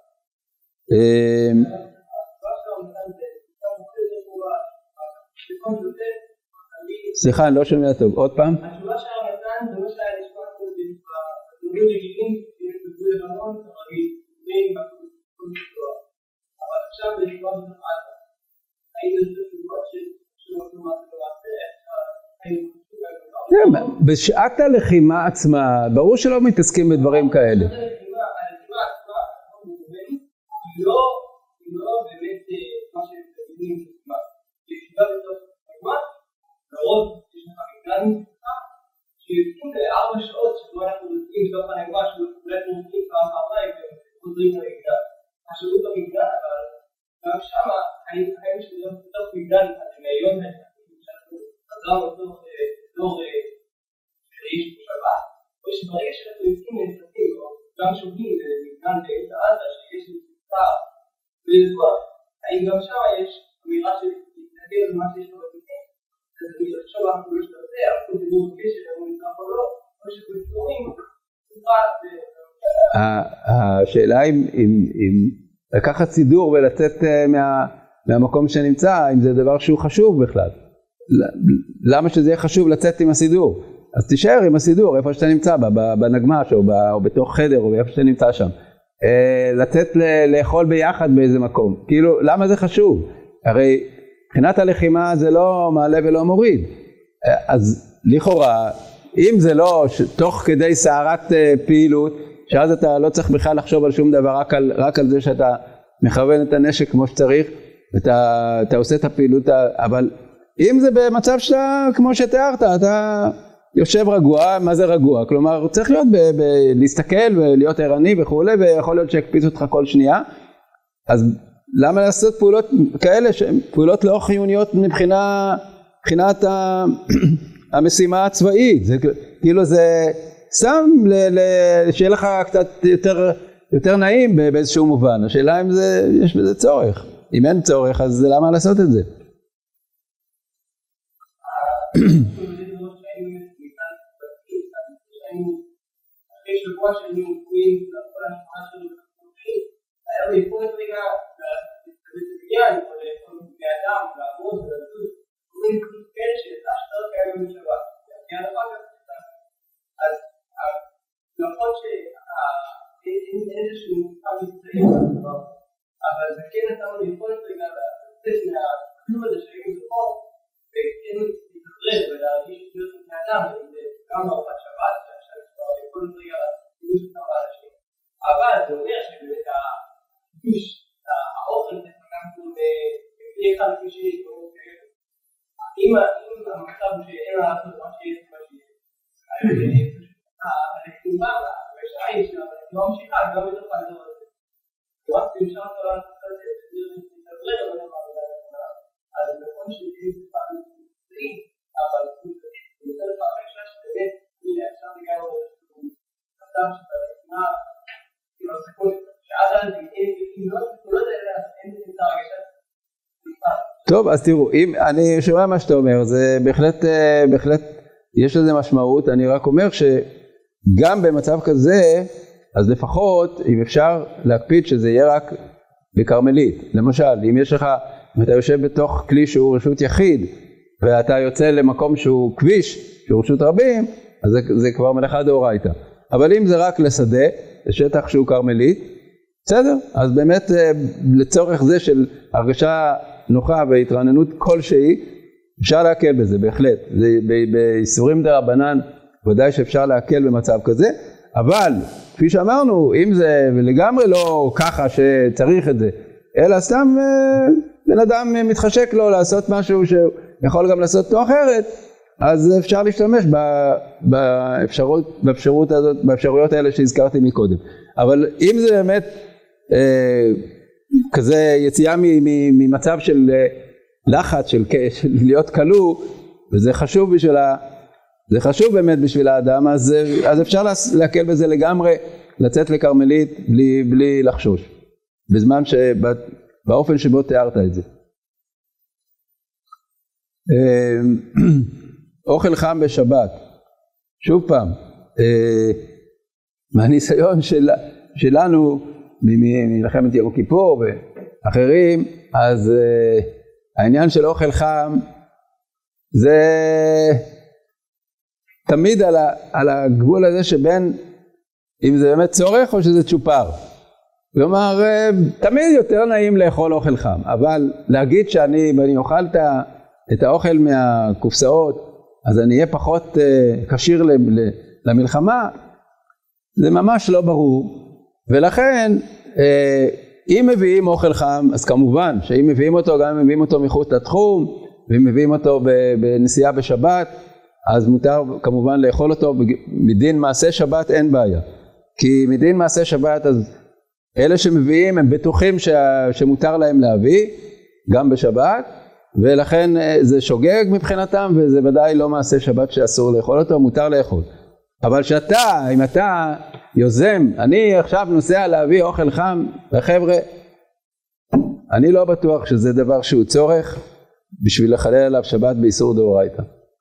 סליחה, אני לא שומע טוב. עוד פעם? התשובה שהרב נתן זה לא שהיה נשמע כמו בדברים רגילים, בגבול לבנון, רגילים, אבל עכשיו בנקרא בנפעתה. האם זה תשובות שלא כלומר זה לא עשה, בשעת הלחימה עצמה, ברור שלא מתעסקים בדברים כאלה. הלחימה עצמה, היא לא באמת מה שמתכוונים לחימה. ישיבה בתוך החימה, לרוב יש לך מגדל נפתח, שיוצאים ל4 שעות שבו אנחנו יוצאים בתוך הנגבה, שאנחנו יוצאים פעמיים וחוזרים למגדל. השירות במגדל, אבל גם שם, האם שזה בתוך מגדל, הדמיון שאנחנו חזרנו לתוך אזור איש בשבת, או שברגע שאנחנו יוצאים לנסתים, או גם שוגים למגדל באמצע עזה, שיש נפתח וידוע, האם גם שם יש אמירה של להתנגד על מה שיש לו בקטעים, אז אני חושב אנחנו לא שתרצה, אנחנו דיבור בקשר, אנחנו נצטרך או לא, או שבתורים, השאלה אם לקחת סידור ולצאת מהמקום שנמצא, אם זה דבר שהוא חשוב בכלל. למה שזה יהיה חשוב לצאת עם הסידור? אז תישאר עם הסידור, איפה שאתה נמצא, בנגמש או בתוך חדר או איפה שאתה נמצא שם. לצאת לאכול ביחד באיזה מקום. כאילו, למה זה חשוב? הרי מבחינת הלחימה זה לא מעלה ולא מוריד. אז לכאורה, אם זה לא תוך כדי סערת פעילות, שאז אתה לא צריך בכלל לחשוב על שום דבר, רק על זה שאתה מכוון את הנשק כמו שצריך, ואתה עושה את הפעילות, אבל אם זה במצב שאתה, כמו שתיארת, אתה יושב רגוע, מה זה רגוע? כלומר, צריך להיות להסתכל ולהיות ערני וכו', ויכול להיות שיקפיץ אותך כל שנייה, אז למה לעשות פעולות כאלה, פעולות לא חיוניות מבחינת המשימה הצבאית? זה כאילו זה שם שיהיה לך קצת יותר נעים באיזשהו מובן. השאלה אם יש בזה צורך. אם אין צורך, אז למה לעשות את זה? אחרי שבוע שאני מופיעים לכל המשפחה שלי וחופשי, היה לי יכולת רגע להתקבל לכל בני אדם, לעבוד ולעשות דברים כאלה שיצא שתרק היה במשבה. מיד אחר כך אז נכון שאין איזשהו מבחן מבצעי בדבר, אבל זה כן נתן לי יכולת רגע לצאת מהכלום הזה שהיינו בחור, וכן להתחרד ולהרגיש להיות בני אדם, גם בארוחת שבת, כל דריגה לגיוס אותם לאנשים. אבל זה אומר שבאמת הגיוש, האוכל אנחנו בפני אחד לפי שיש דברים כאלה. אם המצב הוא שאין לעשות מה שיש מה שיש, הלחימה והשעיים שלה, אבל לא ממשיכה גם בתוך האזור הזה. רק תמשך אותה לעשות את זה, להתעברר על הדבר הזה, אז נכון שזה פעם מבצעי, אבל זה יותר לך חשש שבאמת, הנה עכשיו הגענו אדם שאתה לחימה, כאילו הסיכוי, שעד אז אם לא תקולות האלה, אין את הרגשת נפעד. טוב, אז תראו, אני שומע מה שאתה אומר, זה בהחלט יש לזה משמעות. אני רק אומר שגם במצב כזה, אז לפחות אם אפשר להקפיד שזה יהיה רק בכרמלית. למשל, אם יש לך, אם אתה יושב בתוך כלי שהוא רשות יחיד, ואתה יוצא למקום שהוא כביש, שהוא רשות רבים, אז זה כבר מלאכה דאורייתא. אבל אם זה רק לשדה, לשטח שהוא כרמלית, בסדר? אז באמת לצורך זה של הרגשה נוחה והתרעננות כלשהי, אפשר להקל בזה, בהחלט. באיסורים דרבנן, ודאי שאפשר להקל במצב כזה, אבל כפי שאמרנו, אם זה לגמרי לא ככה שצריך את זה, אלא סתם בן אדם מתחשק לו לעשות משהו שיכול גם לעשות אותו אחרת, אז אפשר להשתמש באפשרויות האלה שהזכרתי מקודם. אבל אם זה באמת כזה יציאה ממצב של לחץ, של להיות כלוא, וזה חשוב זה חשוב באמת בשביל האדם, אז אפשר להקל בזה לגמרי, לצאת לקרמלית בלי לחשוש, באופן שבו תיארת את זה. אוכל חם בשבת, שוב פעם, מהניסיון שלנו ממלחמת יום כיפור ואחרים, אז העניין של אוכל חם זה תמיד על הגבול הזה שבין אם זה באמת צורך או שזה צ'ופר. כלומר, תמיד יותר נעים לאכול אוכל חם, אבל להגיד שאני אוכל את האוכל מהקופסאות, אז אני אהיה פחות קשיר למלחמה, זה ממש לא ברור. ולכן, אם מביאים אוכל חם, אז כמובן שאם מביאים אותו, גם אם מביאים אותו מחוץ לתחום, ואם מביאים אותו בנסיעה בשבת, אז מותר כמובן לאכול אותו. מדין מעשה שבת אין בעיה. כי מדין מעשה שבת, אז אלה שמביאים הם בטוחים שמותר להם להביא, גם בשבת, ולכן זה שוגג מבחינתם, וזה ודאי לא מעשה שבת שאסור לאכול אותו, מותר לאכול. אבל אם אתה יוזם, אני עכשיו נוסע להביא אוכל חם, וחבר'ה, אני לא בטוח שזה דבר שהוא צורך, בשביל לחלל עליו שבת באיסור דאורייתא.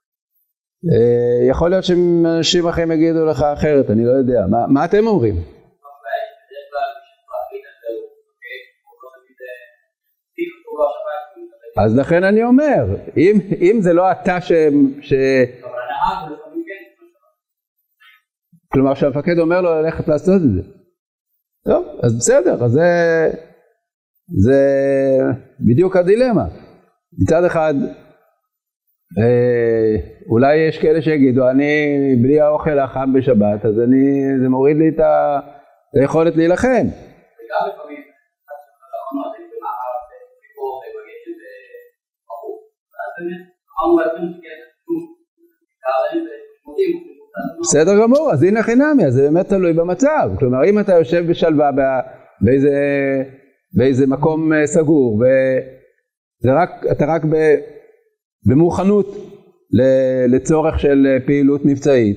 יכול להיות שאנשים אחרים יגידו לך אחרת, אני לא יודע. מה אתם אומרים? אז לכן אני אומר, אם זה לא אתה כלומר שהמפקד אומר לו ללכת לעשות את זה. טוב, אז בסדר, אז זה בדיוק הדילמה. מצד אחד, אולי יש כאלה שיגידו, אני בלי האוכל החם בשבת, אז זה מוריד לי את היכולת להילחם. וגם לפעמים, בסדר גמור, אז הנה חינמי, אז זה באמת תלוי במצב. כלומר, אם אתה יושב בשלווה באיזה מקום סגור, ואתה רק במוכנות לצורך של פעילות מבצעית,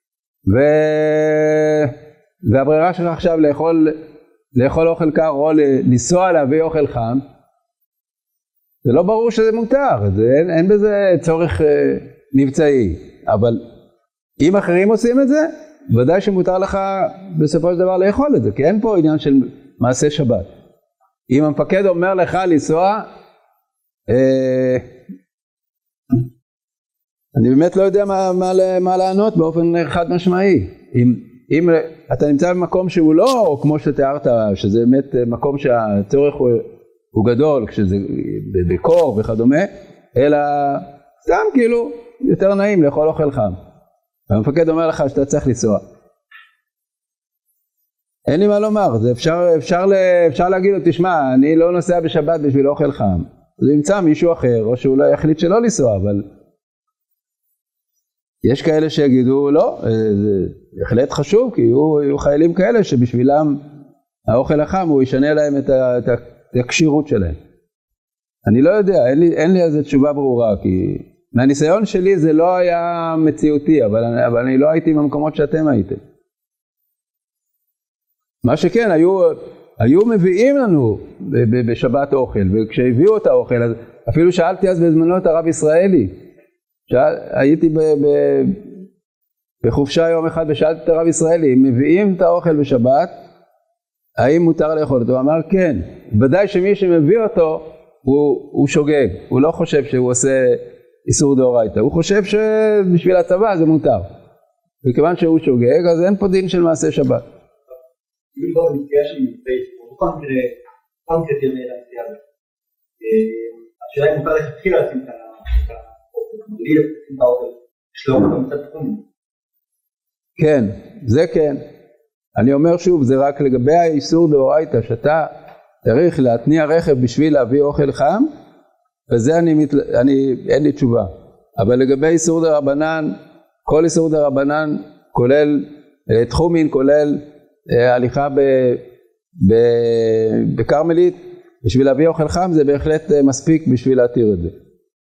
והברירה שלך עכשיו לאכול אוכל קר או לנסוע להביא אוכל חם, זה לא ברור שזה מותר, אין בזה צורך מבצעי. אבל אם אחרים עושים את זה, ודאי שמותר לך בסופו של דבר לאכול את זה, כי אין פה עניין של מעשה שבת. אם המפקד אומר לך לנסוע, אני באמת לא יודע מה לענות באופן חד משמעי. אם אתה נמצא במקום שהוא לא כמו שתיארת, שזה באמת מקום שהצורך הוא גדול, כשזה בקור וכדומה, אלא סתם כאילו יותר נעים לאכול אוכל חם. והמפקד אומר לך שאתה צריך לנסוע. אין לי מה לומר, זה אפשר להגיד לו, תשמע, אני לא נוסע בשבת בשביל אוכל חם. זה ימצא מישהו אחר, או שהוא לא יחליט שלא לנסוע, אבל יש כאלה שיגידו, לא, זה בהחלט חשוב, כי יהיו חיילים כאלה שבשבילם האוכל החם הוא ישנה להם את הקשירות שלהם. אני לא יודע, אין לי איזו תשובה ברורה, כי מהניסיון שלי זה לא היה מציאותי, אבל אני לא הייתי במקומות שאתם הייתם. מה שכן, היו מביאים לנו בשבת אוכל, וכשהביאו את האוכל, אז אפילו שאלתי אז בזמנו את הרב ישראלי, הייתי בחופשה יום אחד ושאלתי את הרב ישראלי, אם מביאים את האוכל בשבת, האם מותר לאכול אותו? הוא אמר כן, ודאי שמי שמביא אותו הוא שוגג, הוא לא חושב שהוא עושה איסור דאורייתא, הוא חושב שבשביל הצבא זה מותר, וכיוון שהוא שוגג אז אין פה דין של מעשה שבת. אם לא במקרה של מבצעית, פעם קריטריון להציע הזה, השאלה אם מותר להתחיל לשים את האוכל, שלא במצב תחום. כן, זה כן. אני אומר שוב, זה רק לגבי האיסור דאורייתא, שאתה צריך להתניע רכב בשביל להביא אוכל חם, וזה אין לי תשובה. אבל לגבי איסור דרבנן, כל איסור דרבנן כולל תחומין, כולל הליכה בקרמלית, בשביל להביא אוכל חם זה בהחלט מספיק בשביל להתיר את זה.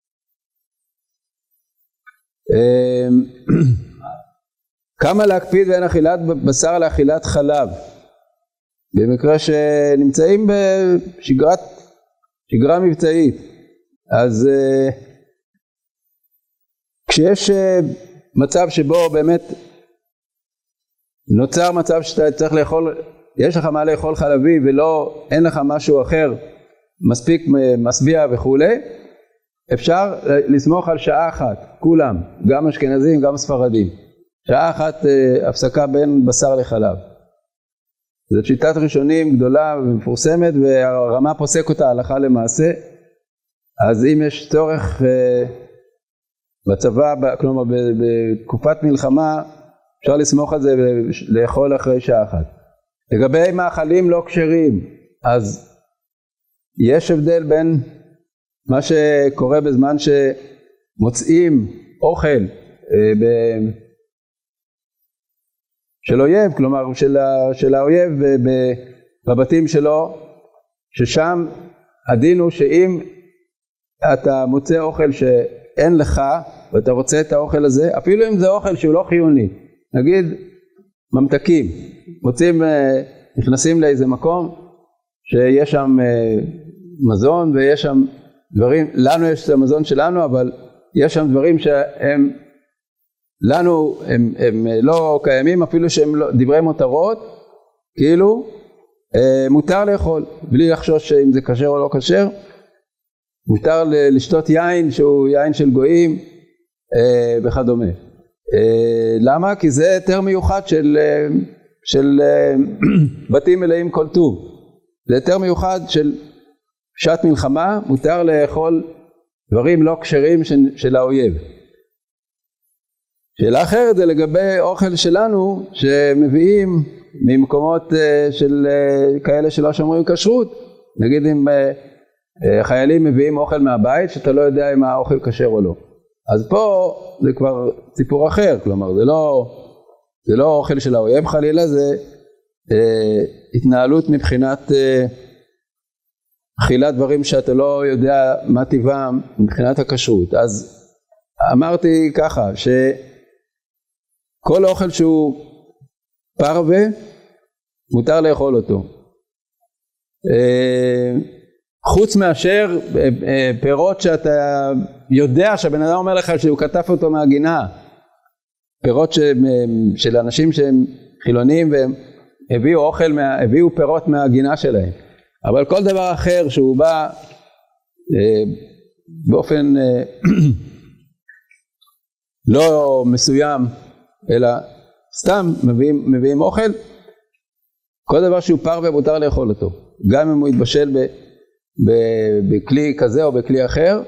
כמה להקפיד בין אכילת בשר לאכילת חלב? במקרה שנמצאים בשגרה מבצעית, אז כשיש מצב שבו באמת נוצר מצב שאתה צריך לאכול, יש לך מה לאכול חלבי ולא, אין לך משהו אחר מספיק משביע וכולי, אפשר לסמוך על שעה אחת, כולם, גם אשכנזים גם ספרדים, שעה אחת הפסקה בין בשר לחלב. זו שיטת ראשונים גדולה ומפורסמת, והרמה פוסק אותה הלכה למעשה. אז אם יש צורך בצבא, כלומר בתקופת מלחמה, אפשר לסמוך על זה ולאכול אחרי שעה אחת. לגבי מאכלים לא כשרים, אז יש הבדל בין מה שקורה בזמן שמוצאים אוכל של אויב, כלומר של האויב בבתים שלו, ששם הדין הוא שאם אתה מוצא אוכל שאין לך ואתה רוצה את האוכל הזה, אפילו אם זה אוכל שהוא לא חיוני, נגיד ממתקים, מוצאים, נכנסים לאיזה מקום שיש שם מזון ויש שם דברים, לנו יש את המזון שלנו, אבל יש שם דברים שהם לנו הם לא קיימים, אפילו שהם לא, דברי מותרות, כאילו מותר לאכול בלי לחשוש אם זה כשר או לא כשר. מותר לשתות יין שהוא יין של גויים וכדומה. למה? כי זה יותר מיוחד של בתים מלאים כל טוב. זה יותר מיוחד של שעת מלחמה, מותר לאכול דברים לא כשרים של האויב. שאלה אחרת זה לגבי אוכל שלנו שמביאים ממקומות של כאלה שלא שומרים כשרות. נגיד אם חיילים מביאים אוכל מהבית שאתה לא יודע אם האוכל כשר או לא, אז פה זה כבר סיפור אחר, כלומר זה לא אוכל של האויב חלילה, זה התנהלות מבחינת אכילת דברים שאתה לא יודע מה טבעם מבחינת הכשרות. אז אמרתי ככה, שכל אוכל שהוא פרווה מותר לאכול אותו, חוץ מאשר פירות שאתה יודע שהבן אדם אומר לך שהוא כתב אותו מהגינה, פירות של אנשים שהם חילונים והם הביאו פירות מהגינה שלהם. אבל כל דבר אחר שהוא בא באופן לא מסוים, אלא סתם מביאים אוכל, כל דבר שהוא פרווה מותר לאכול אותו, גם אם הוא יתבשל בכלי כזה או בכלי אחר,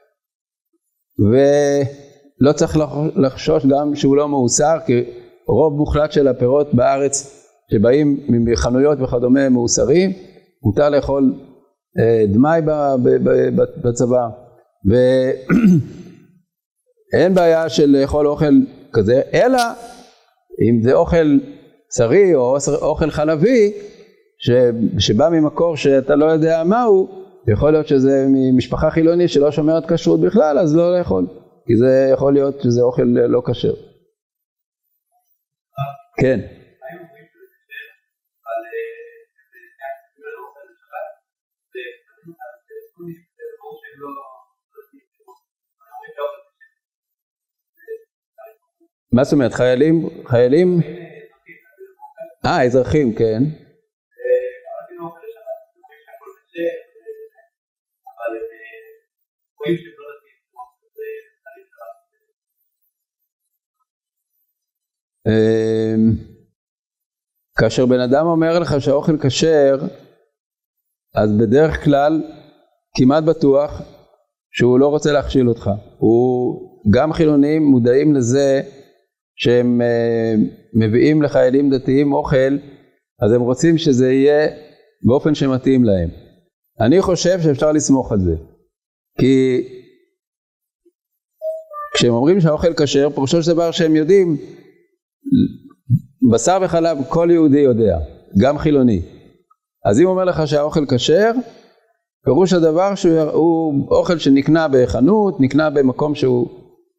ולא צריך לחשוש גם שהוא לא מאוסר, כי רוב מוחלט של הפירות בארץ שבאים מחנויות וכדומה מאוסרים. מותר לאכול דמי בצבא, ואין בעיה של לאכול אוכל כזה, אלא אם זה אוכל צרי או אוכל חלבי שבא ממקור שאתה לא יודע מהו, יכול להיות שזה ממשפחה חילונית שלא שומרת כשרות בכלל, אז לא לאכול, כי זה יכול להיות שזה אוכל לא כשר. כן. מה זאת אומרת? חיילים? אזרחים, כן. כאשר בן אדם אומר לך שהאוכל כשר, אז בדרך כלל כמעט בטוח שהוא לא רוצה להכשיל אותך. גם חילונים מודעים לזה שהם מביאים לחיילים דתיים אוכל, אז הם רוצים שזה יהיה באופן שמתאים להם. אני חושב שאפשר לסמוך על זה, כי כשהם אומרים שהאוכל כשר, פירושו של דבר שהם יודעים, בשר וחלב כל יהודי יודע, גם חילוני. אז אם הוא אומר לך שהאוכל כשר, פירוש הדבר שהוא אוכל שנקנה בחנות, נקנה במקום שהוא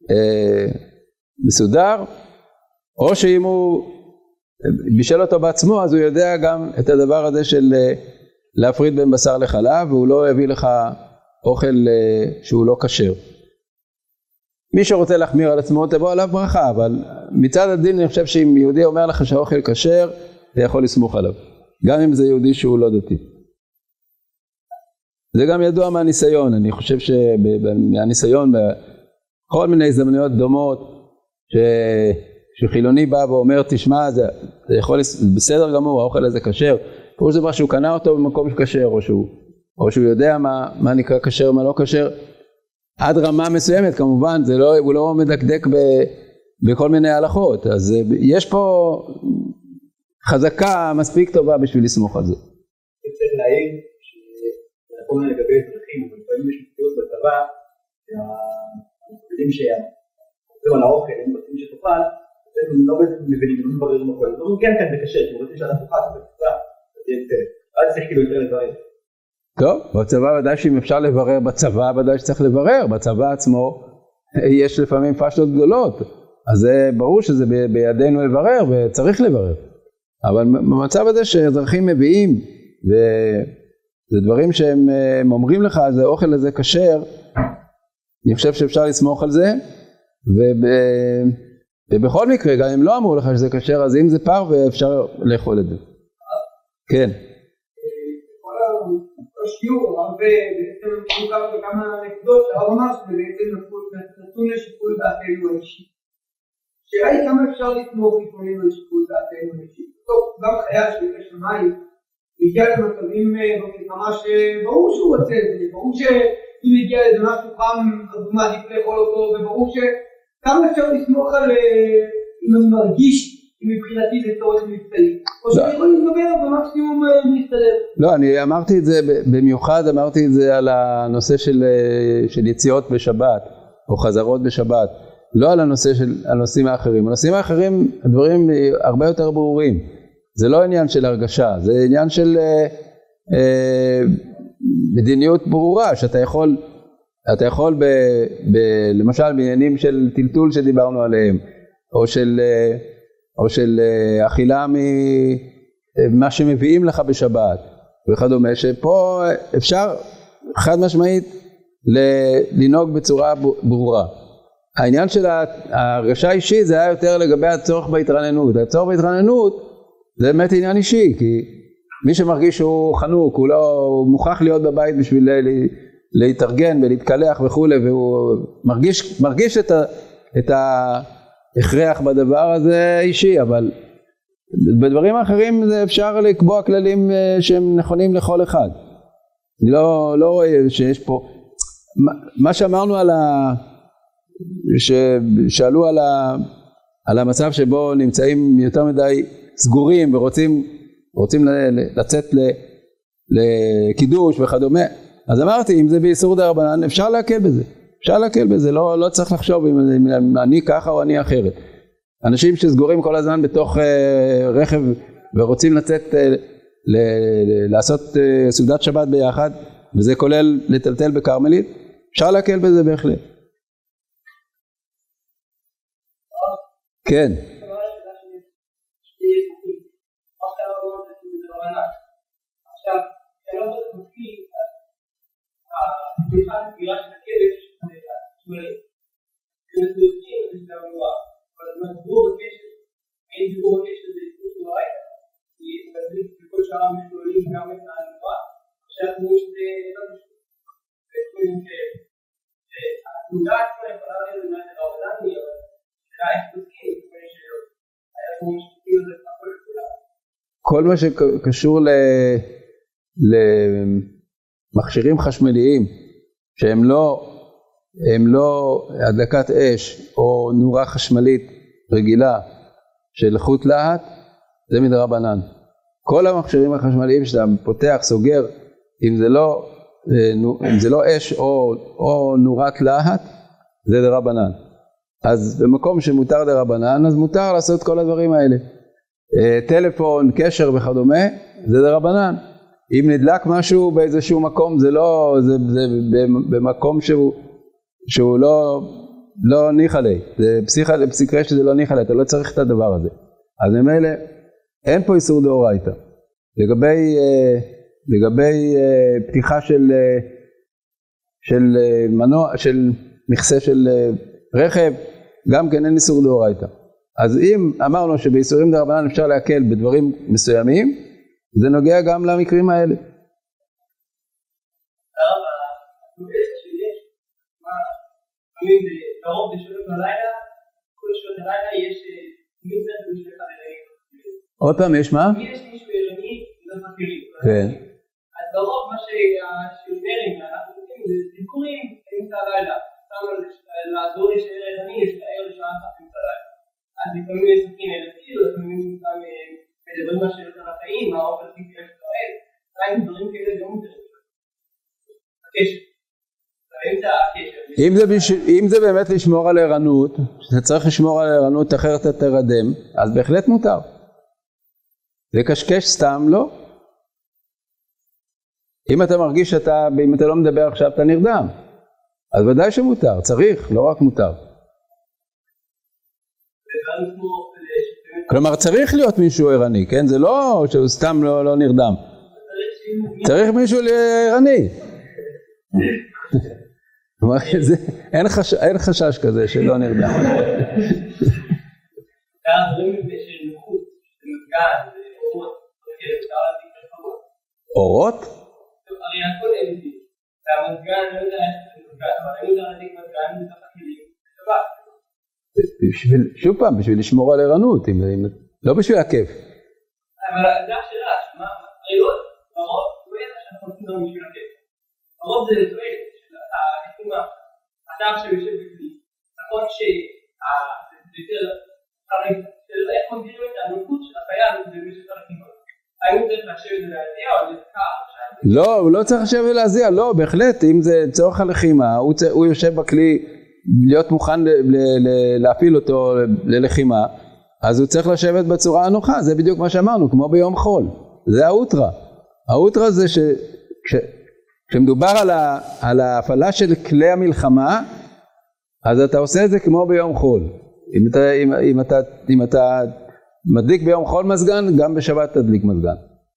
מסודר, או שאם הוא בישל אותו בעצמו, אז הוא יודע גם את הדבר הזה של להפריד בין בשר לחלב, והוא לא יביא לך אוכל שהוא לא כשר. מי שרוצה להחמיר על עצמו תבוא עליו ברכה, אבל מצד הדין אני חושב שאם יהודי אומר לך שהאוכל כשר, אתה יכול לסמוך עליו, גם אם זה יהודי שהוא לא דתי. זה גם ידוע מהניסיון, אני חושב שהניסיון בכל מיני הזדמנויות דומות, שחילוני בא ואומר תשמע זה יכול בסדר גמור, האוכל הזה כשר, פירוש דבר שהוא קנה אותו במקום כשר, או שהוא יודע מה נקרא כשר ומה לא כשר, עד רמה מסוימת כמובן, הוא לא מדקדק בכל מיני הלכות, אז יש פה חזקה מספיק טובה בשביל לסמוך על זה. צריך להעיר שנכון לגבי אזרחים, אבל לפעמים יש מציאות בצבא, שהמפקדים שעושים על האוכל, הם רוצים שתאכל, הם לא מבינים, הם לא מבררים הכל, הם אומרים כן, זה קשה, הם רוצים שאתה תאכל, זה קצה, אז צריך כאילו יותר לברר. טוב, בצבא ודאי שאם אפשר לברר בצבא, ודאי שצריך לברר, בצבא עצמו יש לפעמים פשלות גדולות, אז זה ברור שזה בידינו לברר וצריך לברר, אבל במצב הזה שאזרחים מביאים, וזה דברים שהם אומרים לך, זה אוכל הזה כשר, אני חושב שאפשר לסמוך על זה, ובכל מקרה, גם אם לא אמרו לך שזה כשר, אז אם זה פרווה אפשר לאכול את זה. כן. שיעור, הרבה בעצם מוכר בכמה נקודות, הרב אמר שזה בעצם נתון לשיקול דעתנו האישי. שאלה היא כמה אפשר לתמוך לפעמים על שיקול דעתנו האישי. טוב, גם חיה שביקש שמיים, הגיע למצבים ממש ברור שהוא רוצה את זה, ברור שאם הגיע איזה משהו חם, אז הוא מעדיף לאכול אותו, וברור שכמה אפשר לסמוך על אם אני מרגיש מבחינתי זה צורך מבצעי, או שאני יכול לדבר במקסימום להסתדר. לא, אני אמרתי את זה, במיוחד אמרתי את זה על הנושא של יציאות בשבת, או חזרות בשבת, לא על הנושא של הנושאים האחרים. הנושאים האחרים, הדברים הרבה יותר ברורים. זה לא עניין של הרגשה, זה עניין של מדיניות ברורה, שאתה יכול למשל בעניינים של טלטול שדיברנו עליהם, או של אכילה ממה שמביאים לך בשבת וכדומה, שפה אפשר חד משמעית לנהוג בצורה ברורה. העניין של ההרגשה האישית זה היה יותר לגבי הצורך בהתרעננות. הצורך בהתרעננות זה באמת עניין אישי, כי מי שמרגיש שהוא חנוק, הוא מוכרח להיות בבית בשביל להתארגן ולהתקלח וכו', והוא מרגיש את ההכרח בדבר הזה אישי, אבל בדברים האחרים אפשר לקבוע כללים שהם נכונים לכל אחד. אני לא רואה שיש פה, מה שאמרנו ששאלו על המצב שבו נמצאים יותר מדי סגורים ורוצים לצאת לקידוש וכדומה, אז אמרתי, אם זה באיסור דרבנן, אפשר להקל בזה, לא צריך לחשוב אם אני ככה או אני אחרת. אנשים שסגורים כל הזמן בתוך רכב ורוצים לצאת לעשות סעודת שבת ביחד, וזה כולל לטלטל בקרמלית, אפשר להקל בזה בהחלט. כן. עכשיו, שאלות את המתחיל, בכלל סגירה של הכלב, שאנחנו יודעים את זה המנועה, אבל מדבור בקשר, אין דיבור בקשר זה איסור של הרגע, כי בזריק בכל שאר המשתוללים גם את המנועה, שאנחנו יש את זה ותקולים כאלה. והתמודה עצמה יכולה להיות למעט הרבנני, אבל שאלה איך תזכיר, לפני שאלות, היה כמו משתתים לזה הכל לכולם. כל מה שקשור למכשירים חשמליים שהם לא הדלקת אש או נורה חשמלית רגילה של חוט להט, זה מדרבנן. כל המכשירים החשמליים שאתה פותח, סוגר, אם זה לא אש או נורת להט, זה דרבנן. אז במקום שמותר דרבנן, אז מותר לעשות כל הדברים האלה. טלפון, קשר וכדומה, זה דרבנן. אם נדלק משהו באיזשהו מקום, זה לא, זה במקום שהוא לא ניחלה. זה פסיקה שזה לא ניחלה, אתה לא צריך את הדבר הזה. אז ממילא, אין פה איסור דאורייתא. לגבי פתיחה של מכסה של רכב, גם כן אין איסור דאורייתא. אז אם אמרנו שבאיסורים דרבנן אפשר להקל בדברים מסוימים, זה נוגע גם למקרים האלה. קרוב בשעות הלילה, כל שעות הלילה יש מיצר ומישהו אחד ערני. עוד פעם, יש מה? יש מישהו ערני, לא מכירים. כן. אז ברוב מה שהשאומרים, אנחנו עושים, זה סיפורים באמצע הלילה. סתם לעזור לי שער ערני, יש לער לשעה אחת באמצע הלילה. אז לפעמים יש סכין אלפי, לפעמים גם מדברים מה שאלות על החיים, מה האופן סיפי יש לרעב, רק דברים כאלה לא מותרים. הקשר. אם זה באמת לשמור על ערנות, אתה צריך לשמור על ערנות אחרת אתה תרדם, אז בהחלט מותר. לקשקש סתם לא. אם אתה מרגיש אם אתה לא מדבר עכשיו אתה נרדם, אז ודאי שמותר, צריך, לא רק מותר. כלומר צריך להיות מישהו ערני, כן? זה לא שהוא סתם לא נרדם. צריך מישהו ערני. אין חשש כזה שלא נרדם. אורות? הרי הכל אין לי. והמזגן לא יודע איך זה מזגן, אבל אני יודע להדליק מזגן בתוך הכלים. שוב פעם, בשביל לשמור על ערנות, לא בשביל הכיף. אבל זה השאלה, הרי לא, הרוב הוא ידע שאנחנו עושים לנו בשביל הכיף. הרוב זה לתועלת. אתה עכשיו יושב בכלי, נכון איך מגדירים את הנוחות של החייל במשך הלחימה? האם הוא צריך לשבת ולהזיע או לתקע? לא, הוא לא צריך לשבת ולהזיע, לא, בהחלט, אם זה צורך הלחימה, הוא יושב בכלי להיות מוכן להפיל אותו ללחימה, אז הוא צריך לשבת בצורה הנוחה, זה בדיוק מה שאמרנו, כמו ביום חול, זה האוטרה. האוטרה זה כשמדובר על ההפעלה של כלי המלחמה, אז אתה עושה את זה כמו ביום חול. אם אתה מדליק ביום חול מזגן, גם בשבת תדליק מזגן.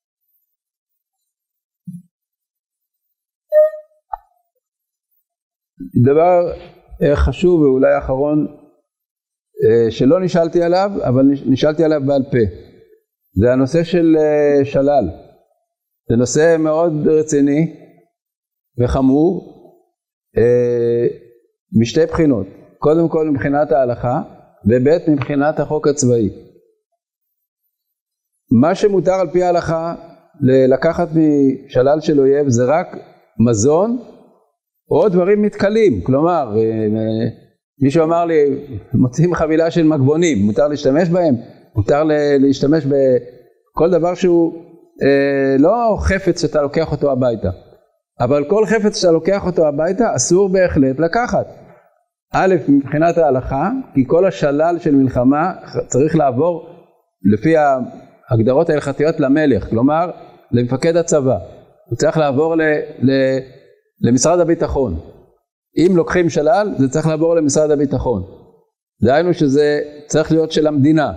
דבר חשוב ואולי האחרון שלא נשאלתי עליו, אבל נשאלתי עליו בעל פה. זה הנושא של שלל. זה נושא מאוד רציני וחמור משתי בחינות. קודם כל מבחינת ההלכה, ובית מבחינת החוק הצבאי. מה שמותר על פי ההלכה לקחת משלל של אויב זה רק מזון או דברים מתכלים. כלומר, מישהו אמר לי, מוצאים חבילה של מגבונים, מותר להשתמש בהם? מותר להשתמש בכל דבר שהוא לא חפץ שאתה לוקח אותו הביתה. אבל כל חפץ שאתה לוקח אותו הביתה אסור בהחלט לקחת. א', מבחינת ההלכה, כי כל השלל של מלחמה צריך לעבור לפי ההגדרות ההלכתיות למלך, כלומר למפקד הצבא. הוא צריך לעבור למשרד הביטחון. אם לוקחים שלל, זה צריך לעבור למשרד הביטחון. דהיינו שזה צריך להיות של המדינה.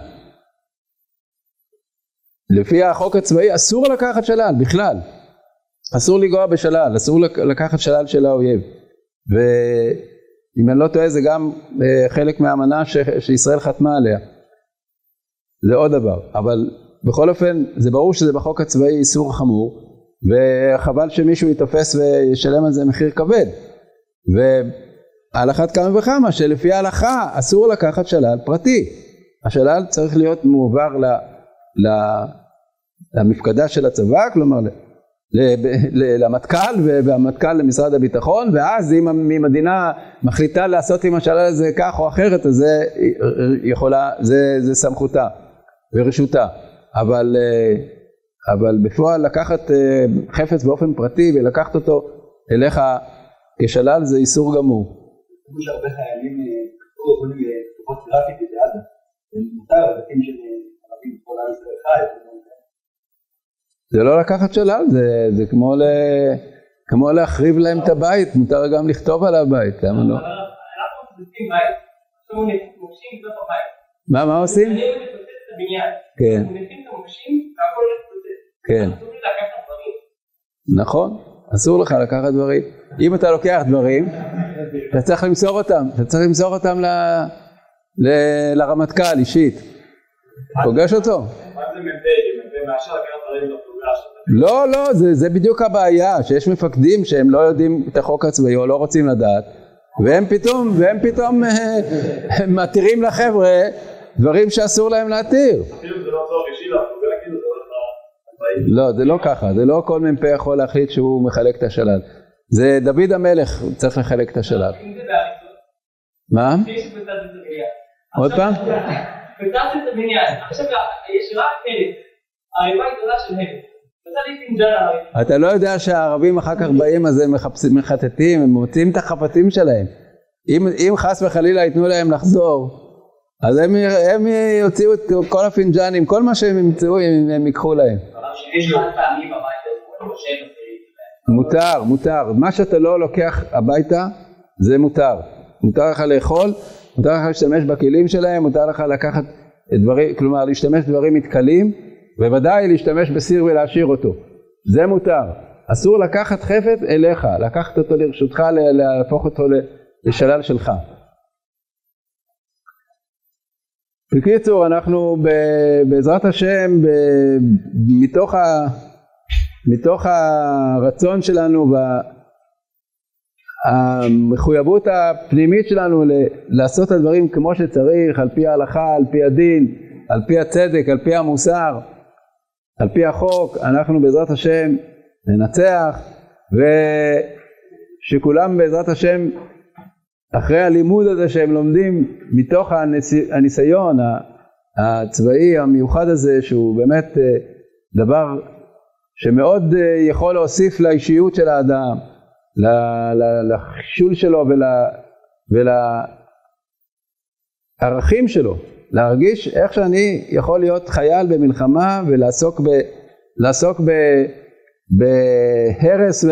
לפי החוק הצבאי אסור לקחת שלל בכלל. אסור לגוע בשלל, אסור לקחת שלל של האויב. ואם אני לא טועה זה גם חלק מהאמנה שישראל חתמה עליה. זה עוד דבר. אבל בכל אופן זה ברור שזה בחוק הצבאי איסור חמור, וחבל שמישהו יתופס וישלם על זה מחיר כבד. ועל אחת כמה וכמה שלפי ההלכה אסור לקחת שלל פרטי. השלל צריך להיות מועבר למפקדה של הצבא, כלומר למטכ"ל, והמטכ"ל למשרד הביטחון, ואז אם המדינה מחליטה לעשות עם השלל הזה כך או אחרת, אז זה יכולה, זה סמכותה ורשותה. אבל בפועל לקחת חפץ באופן פרטי ולקחת אותו אליך כשלל זה איסור גמור. כמו שהרבה חיילים כל מיני תקופות גרפית אידיאליה, מותר לבתים של ערבים בכל עם ישראל חי. זה לא לקחת שלל, זה כמו להחריב להם את הבית, מותר גם לכתוב על הבית, למה לא? אנחנו מפוצצים בית, אנחנו מוקשים בתוך הבית. מה עושים? אני מפוצץ את הבניין, כן. אנחנו מפוצצים את המוקשים והכל מפוצץ. כן. אסור לי לקחת דברים. נכון, אסור לך לקחת דברים. אם אתה לוקח דברים, אתה צריך למסור אותם, לרמטכ"ל אישית. פוגש אותו? מה זה מ"פ מאשר לקחת דברים לפלוגה? לא, זה בדיוק הבעיה, שיש מפקדים שהם לא יודעים את החוק הצבאי או לא רוצים לדעת, והם פתאום מתירים לחבר'ה דברים שאסור להם להתיר. אפילו זה לא צורך אישי לפלוגה, כאילו זה הולך לבאים. לא, זה לא ככה, זה לא כל מ"פ יכול להחליט שהוא מחלק את השלל. זה דוד המלך צריך לחלק את השלל. אם זה בהריסות, מה? יש שפוצץ את הבניין. עוד פעם? פוצץ את הבניין, עכשיו יש רק הלך, הריבה היא גדולה של הלך. פוצץ פינג'ן על הריבה. אתה לא יודע שהערבים אחר כך באים אז הם מחטטים, הם מוצאים את החפצים שלהם. אם חס וחלילה ייתנו להם לחזור, אז הם יוציאו את כל הפינג'נים, כל מה שהם ימצאו הם ייקחו להם. יש לו פעמים הביתה, מותר. מה שאתה לא לוקח הביתה זה מותר. מותר לך לאכול, מותר לך להשתמש בכלים שלהם, מותר לך לקחת דברים, כלומר להשתמש דברים מתכלים, ובוודאי להשתמש בסיר ולהשאיר אותו. זה מותר. אסור לקחת חפץ אליך, לקחת אותו לרשותך, להפוך אותו לשלל שלך. בקיצור, אנחנו בעזרת השם, מתוך הרצון שלנו והמחויבות הפנימית שלנו לעשות את הדברים כמו שצריך, על פי ההלכה, על פי הדין, על פי הצדק, על פי המוסר, על פי החוק, אנחנו בעזרת השם ננצח, ושכולם בעזרת השם אחרי הלימוד הזה שהם לומדים מתוך הניסיון הצבאי המיוחד הזה, שהוא באמת דבר שמאוד יכול להוסיף לאישיות של האדם, לחישול שלו ולערכים שלו, להרגיש איך שאני יכול להיות חייל במלחמה ולעסוק בהרס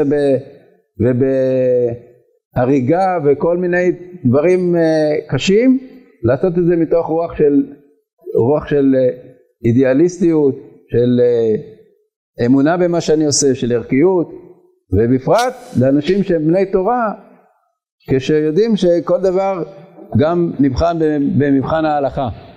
ובהריגה וכל מיני דברים קשים, לעשות את זה מתוך רוח של אידיאליסטיות, של אמונה במה שאני עושה, של ערכיות, ובפרט לאנשים שהם בני תורה, כשיודעים שכל דבר גם נבחן במבחן ההלכה.